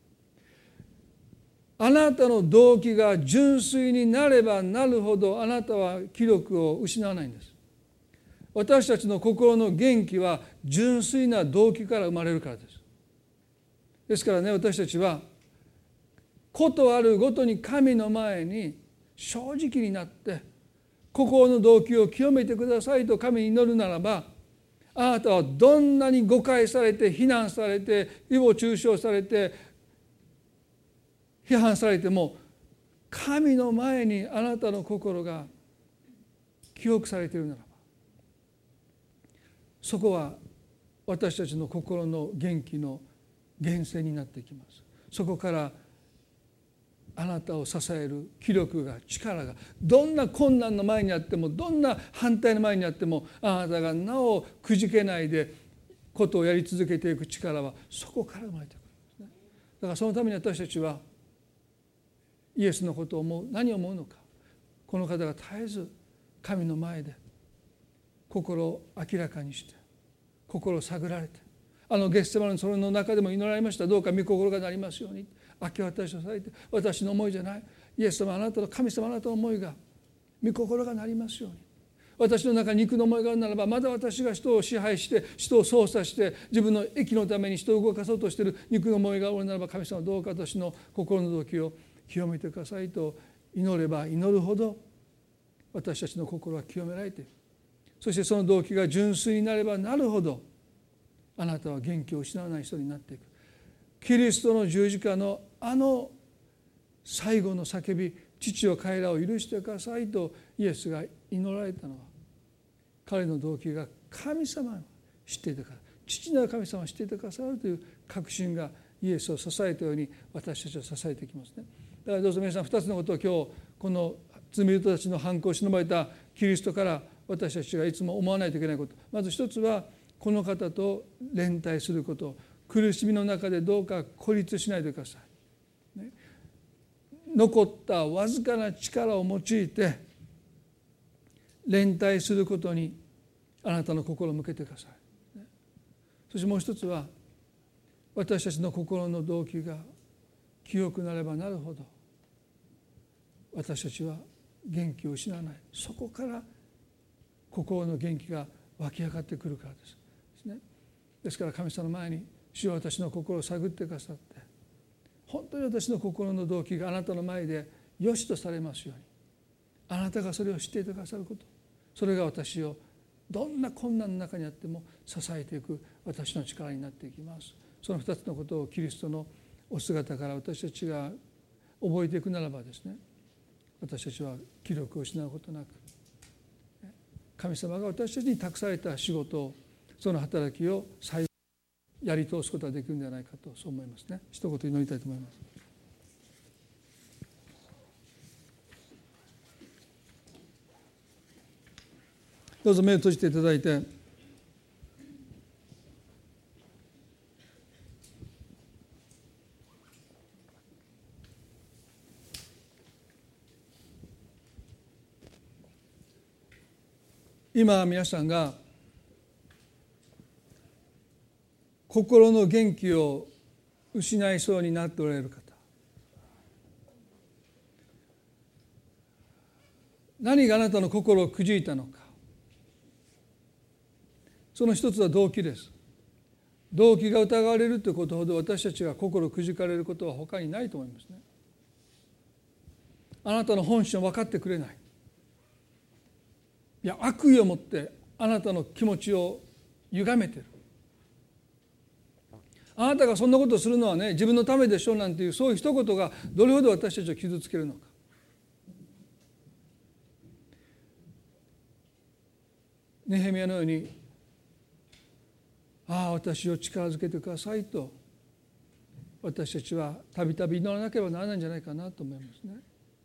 あなたの動機が純粋になればなるほどあなたは気力を失わないんです。私たちの心の元気は純粋な動機から生まれるからです。ですからね、私たちはことあるごとに神の前に正直になって心の動機を清めてくださいと神に祈るならば、あなたはどんなに誤解されて非難されて誹謗中傷されて批判されても神の前にあなたの心が記憶されているならば、そこは私たちの心の元気の源泉になっていきます。そこからあなたを支える気力が、力が、どんな困難の前にあってもどんな反対の前にあってもあなたがなおくじけないでことをやり続けていく力はそこから生まれてくるんですね。だからそのために私たちはイエスのことを思う、何を思うのか、この方が絶えず神の前で心を明らかにして心を探られて、ゲッセマネの園の中でも祈られました。どうか御心がなりますように、明け渡しをされて、私の思いじゃない、イエス様あなたの、神様あなたの思いが、御心がなりますように。私の中に肉の思いがあるならば、まだ私が人を支配して人を操作して自分の益のために人を動かそうとしている肉の思いがあるならば、神様どうか私の心の動機を清めてくださいと祈れば祈るほど私たちの心は清められている。そしてその動機が純粋になればなるほどあなたは元気を失わない人になっていく。キリストの十字架の最後の叫び、父よ彼らを許してくださいとイエスが祈られたのは、彼の動機が神様を知っていたから、父なる神様を知っていてくださるという確信がイエスを支えたように私たちを支えていきますね。だからどうぞ皆さん2つのことを今日この罪人たちの犯行を忍ばれたキリストから私たちがいつも思わないといけないこと、まず一つはこの方と連帯すること、苦しみの中でどうか孤立しないでください、ね、残ったわずかな力を用いて連帯することにあなたの心を向けてください。そしてもう一つは、私たちの心の動機が清くなればなるほど私たちは元気を失わない。そこから心の元気が湧き上がってくるからです。ですから神様の前に、主は私の心を探ってくださって、本当に私の心の動機があなたの前で良しとされますように、あなたがそれを知っていてくださること、それが私をどんな困難の中にあっても支えていく私の力になっていきます。その2つのことをキリストのお姿から私たちが覚えていくならばですね、私たちは気力を失うことなく、神様が私たちに託された仕事を、その働きを最後やり通すことができるんではないかと、そう思いますね。一言祈りたいと思います。どうぞ目を閉じていただいて、今皆さんが心の元気を失いそうになっておられる方、何があなたの心をくじいたのか、その一つは動機です。動機が疑われるということほど私たちが心をくじかれることは他にないと思いますね。あなたの本心を分かってくれない、いや悪意を持ってあなたの気持ちを歪めている。あなたがそんなことをするのはね、自分のためでしょうなんていう、そういう一言がどれほど私たちを傷つけるのか。ネヘミヤのように、ああ私を力づけてくださいと私たちはたびたび祈らなければならないんじゃないかなと思いますね。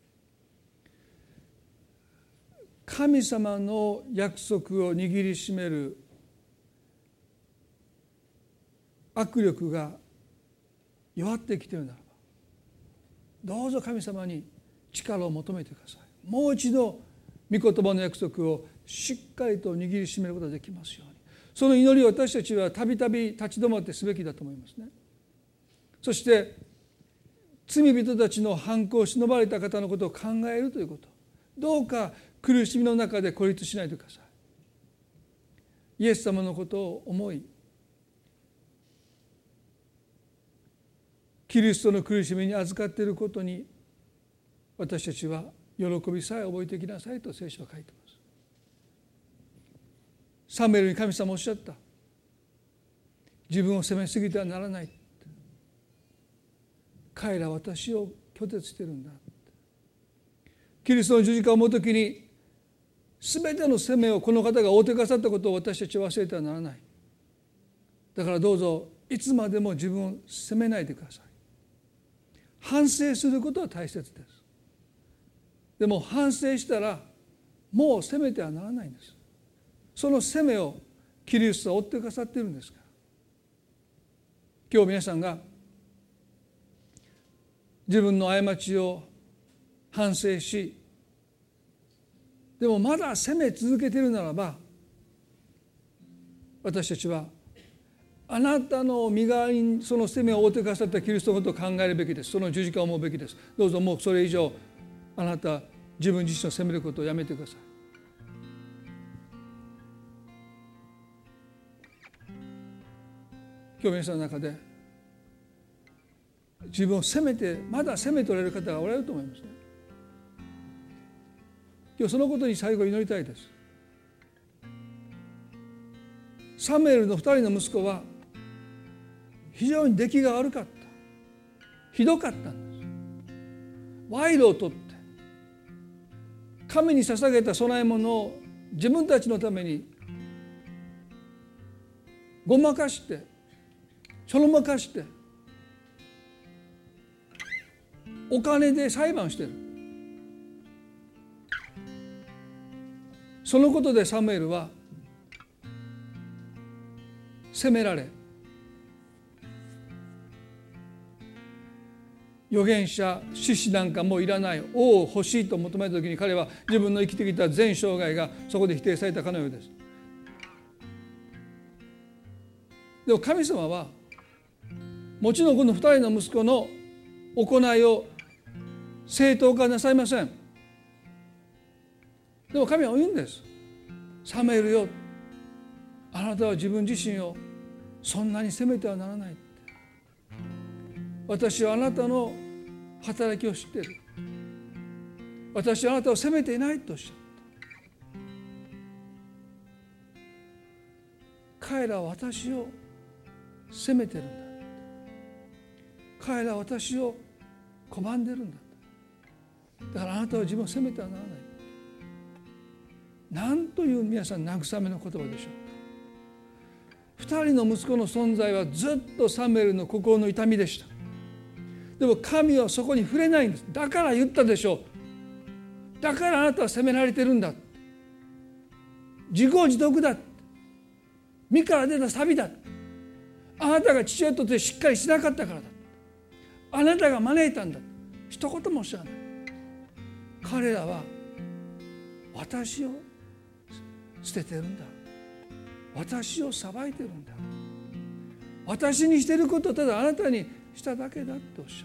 神様の約束を握りしめる握力が弱ってきているならば、どうぞ神様に力を求めてください。もう一度御言葉の約束をしっかりと握りしめることができますように、その祈りを私たちはたびたび立ち止まってすべきだと思いますね。そして罪人たちの犯行を忍ばれた方のことを考えるということ、どうか苦しみの中で孤立しないでください。イエス様のことを思い、キリストの苦しみに預かっていることに私たちは喜びさえ覚えていきなさいと聖書は書いています。サムエルに神様おっしゃった。自分を責めすぎてはならない。彼らは私を拒絶しているんだ。キリストの十字架を思うときに、すべての責めをこの方が負ってくださったことを私たちは忘れてはならない。だからどうぞいつまでも自分を責めないでください。反省することは大切です。でも反省したらもう責めてはならないんです。その責めをキリストは負ってくださっているんですから、今日皆さんが自分の過ちを反省し、でもまだ責め続けているならば、私たちはあなたの身代わりにその責めを負ってくださったキリストのことを考えるべきです。その十字架を思うべきです。どうぞもうそれ以上あなた自分自身を責めることをやめてください。今日皆さんの中で自分を責めてまだ責めておられる方がおられると思いますね。今日そのことに最後祈りたいです。サムエルの2人の息子は非常に出来が悪かった、ひどかったんです。賄賂を取って神に捧げた供え物を自分たちのためにごまかしてちょろまかしてお金で裁判している。そのことでサムエルは責められ、 預言者、獅子なんかもういらない、王を欲しいと求めた時に、彼は自分の生きてきた全生涯がそこで否定されたかのようです。でも神様はもちろんこの2人の息子の行いを正当化なさいません。でも神は言うんです。サムエルよ、あなたは自分自身をそんなに責めてはならない。私はあなたの働きを知っている。私はあなたを責めていないとおっしゃった。彼らは私を責めてるんだ。彼らは私を拒んでるんだ。だからあなたは自分を責めてはならない。なんという皆さん慰めの言葉でしょうか。2人の息子の存在はずっとサムエルの心の痛みでした。でも神はそこに触れないんです。だから言ったでしょう。だからあなたは責められてるんだ。自業自得だ。身から出た錆だ。あなたが父親としてしっかりしなかったからだ。あなたが招いたんだ。一言もおっしゃらない。彼らは私を捨ててるんだ。私を裁いてるんだ。私にしていることをただあなたにしただけだっておっしゃった。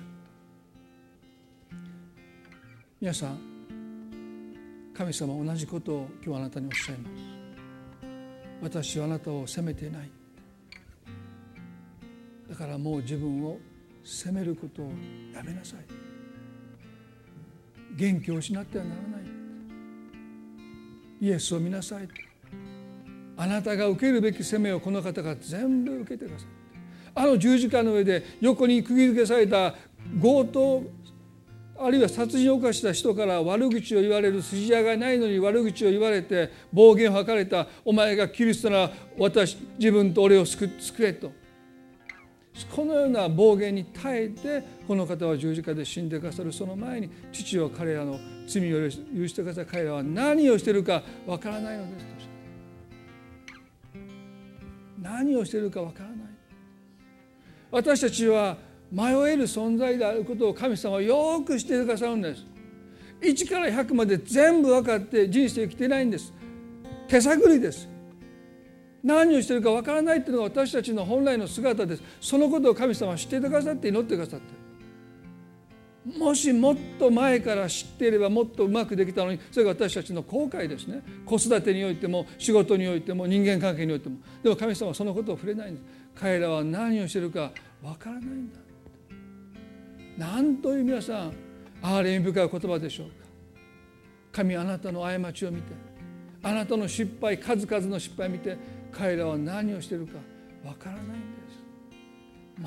皆さん、神様は同じことを今日あなたにおっしゃいます。私はあなたを責めていない。だからもう自分を責めることをやめなさい。元気を失ってはならない。イエスを見なさい。あなたが受けるべき責めをこの方が全部受けてください。あの十字架の上で横に釘付けされた強盗あるいは殺人を犯した人から悪口を言われる、筋合いがないのに悪口を言われて暴言を吐かれた。お前がキリストなら自分と俺を救えと、このような暴言に耐えてこの方は十字架で死んでくださる。その前に父は彼らの罪を許してください。彼らは何をしているかわからないのですと。何をしているかわからない。私たちは迷える存在であることを神様はよく知ってくださるんです。1から100まで全部分かって人生生きていないんです。手探りです。何をしているか分からないというのが私たちの本来の姿です。そのことを神様は知ってくださって祈ってくださっている。もしもっと前から知っていればもっとうまくできたのに、それが私たちの後悔ですね。子育てにおいても仕事においても人間関係においても。でも神様はそのことを触れないんです。彼らは何をしているか分からないんだ。なんという皆さん憐れみ深い言葉でしょうか。神はあなたの過ちを見て、あなたの失敗、数々の失敗を見て、彼らは何をしているかわからないんです。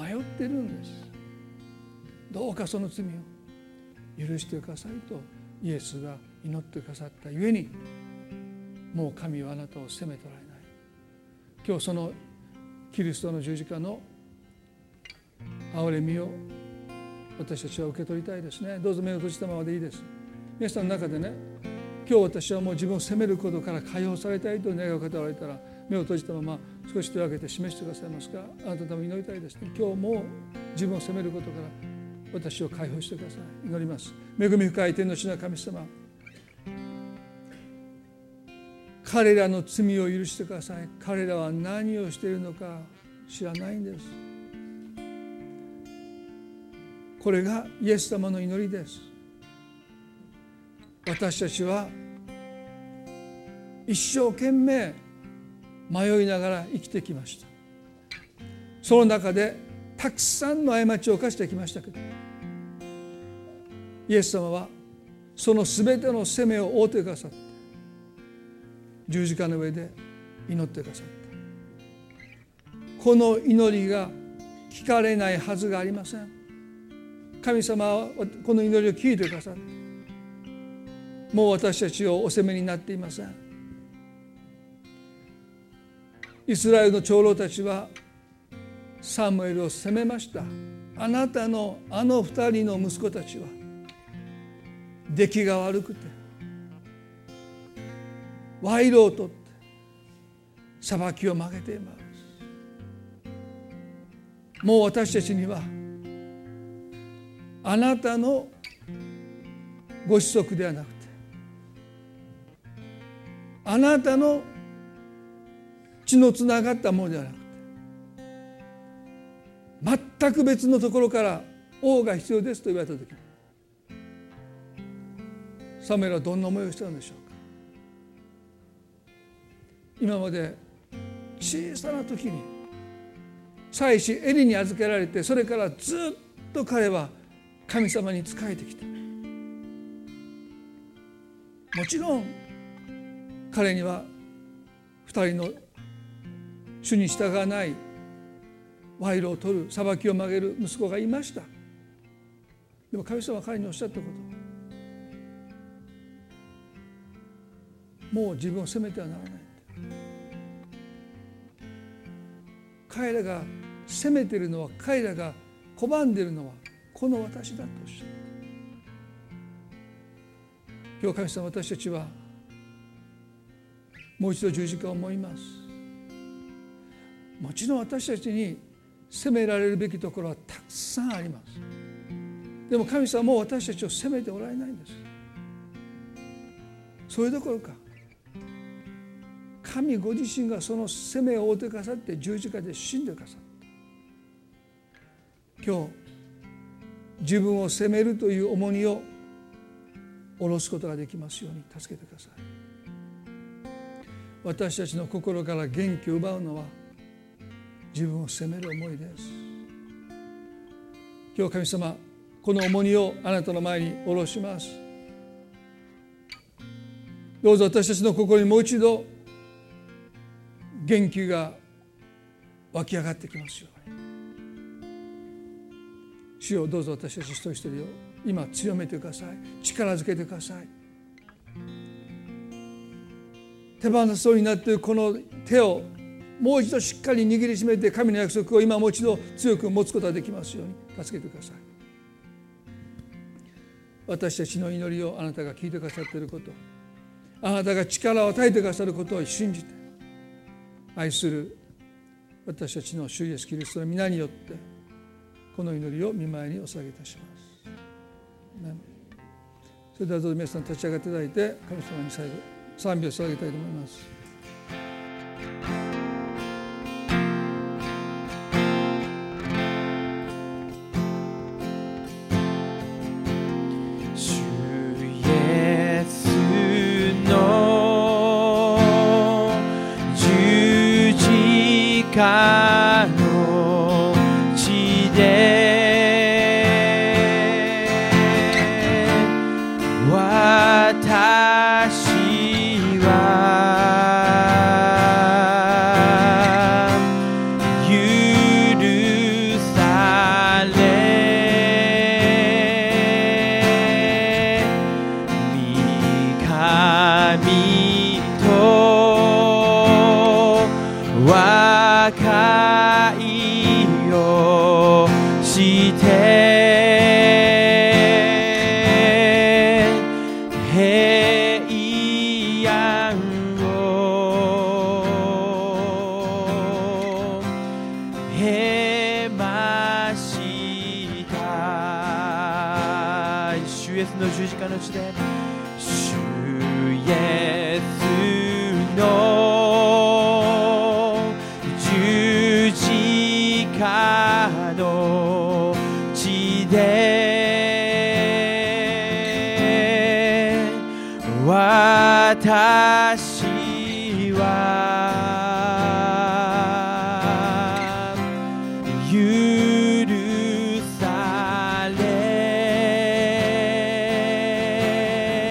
迷ってるんです。どうかその罪を許してくださいとイエスが祈ってくださったゆえに、もう神はあなたを責めとられない。今日そのキリストの十字架の憐れみを私たちは受け取りたいですね。どうぞ目を閉じたままでいいです。皆さんの中でね、今日私はもう自分を責めることから解放されたいと願う方がおられたら、目を閉じたまま少し手を挙げて示してくださいますか。あなたのために祈りたいですね。今日も自分を責めることから私を解放してください。祈ります。恵み深い天の地の神様、彼らの罪を許してください。彼らは何をしているのか知らないんです。これがイエス様の祈りです。私たちは一生懸命迷いながら生きてきました。その中でたくさんの過ちを犯してきましたけど、イエス様はそのすべての責めを負ってくださって、十字架の上で祈ってくださった。この祈りが聞かれないはずがありません。神様はこの祈りを聞いてくださって、もう私たちをお責めになっていません。イスラエルの長老たちはサムエルを責めました。あなたのあの二人の息子たちは出来が悪くて賄賂を取って裁きを曲げています。もう私たちにはあなたのご子息ではなくて、あなたの血のつながったものではなくて、全く別のところから王が必要ですと言われたとき、サムエルはどんな思いをしたのでしょうか。今まで小さな時に妻子エリに預けられて、それからずっと彼は神様に仕えてきた。もちろん彼には2人の主に従わない賄賂を取る、裁きを曲げる息子がいました。でも神様は彼におっしゃったこと、もう自分を責めてはならない。彼らが責めているのは、彼らが拒んでいるのはこの私だとおっしゃった。今日神様、私たちはもう一度十字架を思います。もちろん私たちに責められるべきところはたくさんあります。でも神様も私たちを責めておられないんです。それどころか、神ご自身がその責めを負ってくださって十字架で死んでくださった。今日自分を責めるという重荷を下ろすことができますように助けてください。私たちの心から元気を奪うのは自分を責める思いです。今日神様、この重荷をあなたの前に下ろします。どうぞ私たちの心にもう一度元気が湧き上がってきますように。主よ、どうぞ私たち一人一人を今強めてください。力づけてください。手放しそうになっているこの手をもう一度しっかり握りしめて、神の約束を今もう一度強く持つことができますように助けてください。私たちの祈りをあなたが聞いてくださっていること、あなたが力を与えてくださることを信じて、愛する私たちの主イエスキリストの皆によってこの祈りを御前にお捧げいたします。それではどうぞ皆さん立ち上がっていただいて、神様に最後賛美を捧げたいと思います。 の地で私は許され、御神と和解して平安を経ました。主イエスの十字架の地で、主イエスの十字架の地で私は許され、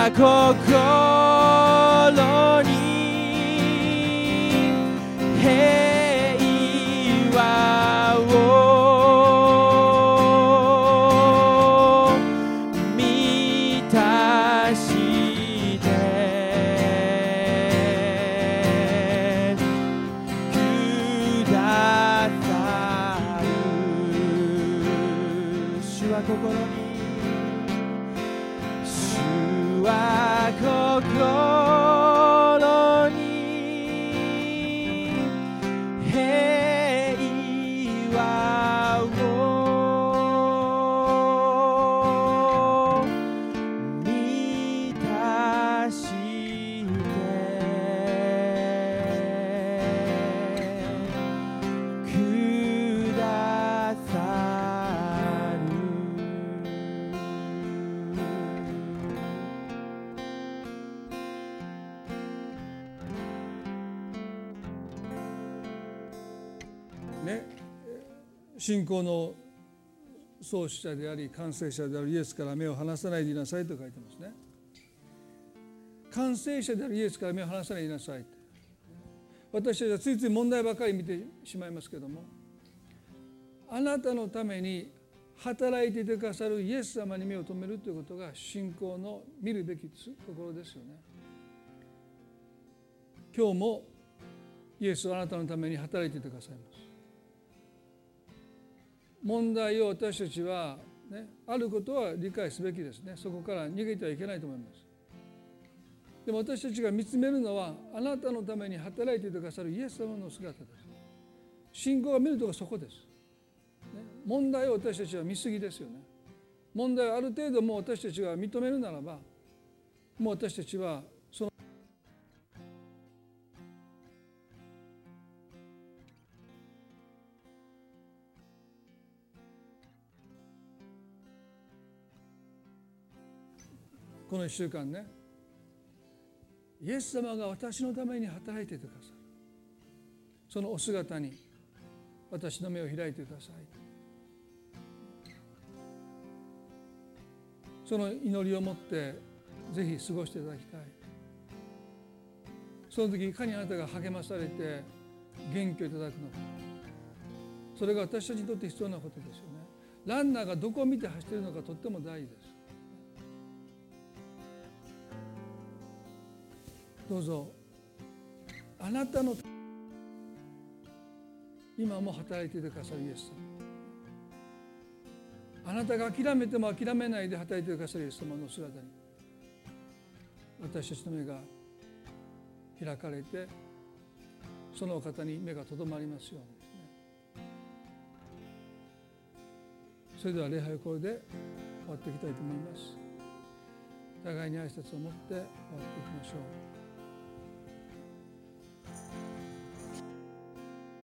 は心に平和を満たしてくださる。主は心に心に平和を満たしてくださる。 ね、信仰の創始者であり完成者であるイエスから目を離さないでいなさいと書いてますね。完成者であるイエスから目を離さないでいなさい。私たちはついつい問題ばかり見てしまいますけども、あなたのために働いていてくださるイエス様に目を留めるということが信仰の見るべきところですよね。今日もイエスはあなたのために働いていてくださいます。問題を私たちは、ね、あることは理解すべきですね。そこから逃げてはいけないと思います。でも私たちが見つめるのはあなたのために働いていてくださるイエス様の姿です。信仰が見るところはそこです、ね、問題を私たちは見過ぎですよね。問題をある程度もう私たちが認めるならば、もう私たちはそのこの1週間ね、イエス様が私のために働いていてくださる、そのお姿に私の目を開いてください。その祈りを持ってぜひ過ごしていただきたい。その時いかにあなたが励まされて元気をいただくのか、それが私たちにとって必要なことですよね。ランナーがどこを見て走っているのかとっても大事です。どうぞあなたの今も働いていてくださるイエス様、あなたが諦めても諦めないで働いていてくださるイエス様の姿に私たちの目が開かれて、そのお方に目がとどまりますようにですね。それでは礼拝をこれで終わっていきたいと思います。互いに挨拶を持って終わっていきましょう。